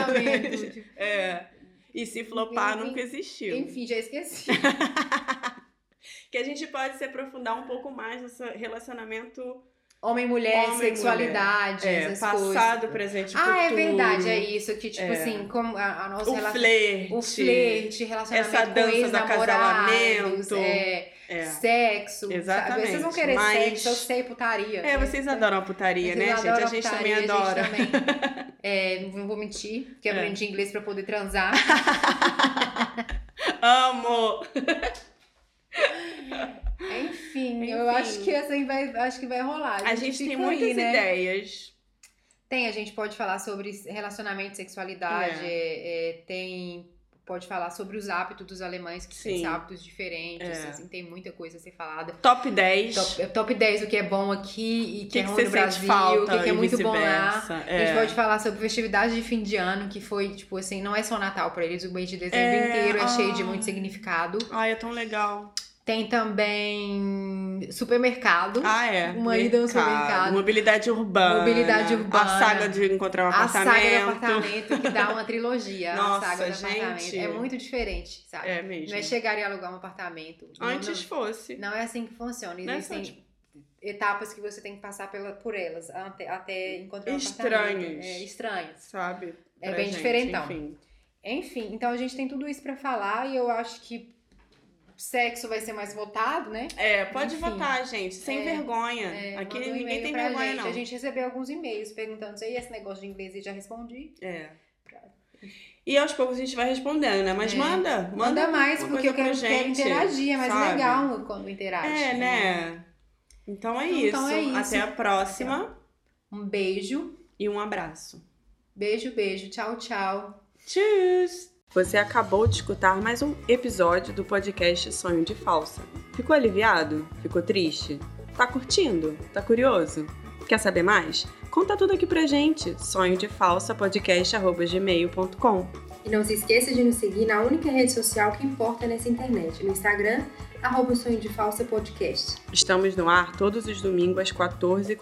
E se flopar, nunca existiu. Enfim, já esqueci. Que a gente pode se aprofundar um pouco mais nesse relacionamento homem-mulher, sexualidade, essas passado, coisas. presente, futuro. É verdade, é isso. Que, tipo assim, como a nossa relação... O flerte, relacionamento essa dança com ex-namorados, sexo. Exatamente. Sabe? Vocês vão querer sexo, eu sei, putaria. Vocês adoram a putaria, né, gente? A gente também adora. Não vou mentir, porque aprendi inglês pra poder transar. Amo! Enfim, eu acho que essa aí vai rolar. A gente tem muitas ideias. A gente pode falar sobre relacionamento e sexualidade, pode falar sobre os hábitos dos alemães, que têm hábitos diferentes, assim, tem muita coisa a ser falada. Top 10. Top 10 o que é bom aqui e que é ruim no Brasil, falta, o que é muito bom lá. A gente pode falar sobre festividade de fim de ano, que foi, tipo assim, não é só Natal pra eles, o mês de dezembro inteiro é cheio de muito significado. É tão legal. Tem também supermercado. Uma ida no supermercado. Mobilidade urbana. A saga de encontrar um apartamento. A saga do apartamento, que dá uma trilogia. Nossa, a saga do gente. Apartamento. É muito diferente, sabe? É mesmo. Não é chegar e alugar um apartamento. Antes fosse. Não é assim que funciona. Existem etapas que você tem que passar por elas até encontrar um apartamento. Estranhas. Sabe? É bem diferentão. Enfim, então a gente tem tudo isso pra falar e eu acho que sexo vai ser mais votado, né? Pode votar, gente, sem vergonha. Aqui ninguém tem vergonha, gente. não. A gente recebeu alguns e-mails perguntando se esse negócio de inglês e já respondi. E aos poucos a gente vai respondendo, né? Mas manda mais, porque eu quero interagir. É mais legal quando interage. Né? Então é isso. Até a próxima. Um beijo. E um abraço. Beijo. Tchau, tchau. Tchau! Você acabou de escutar mais um episódio do podcast Sonho de Falsa. Ficou aliviado? Ficou triste? Tá curtindo? Tá curioso? Quer saber mais? Conta tudo aqui pra gente. sonhodefalsapodcast@gmail.com. E não se esqueça de nos seguir na única rede social que importa nessa internet, no Instagram, @sonhodefalsapodcast. Estamos no ar todos os domingos às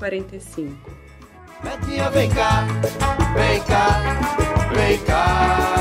14h45. Betinha, vem cá, vem cá, vem cá.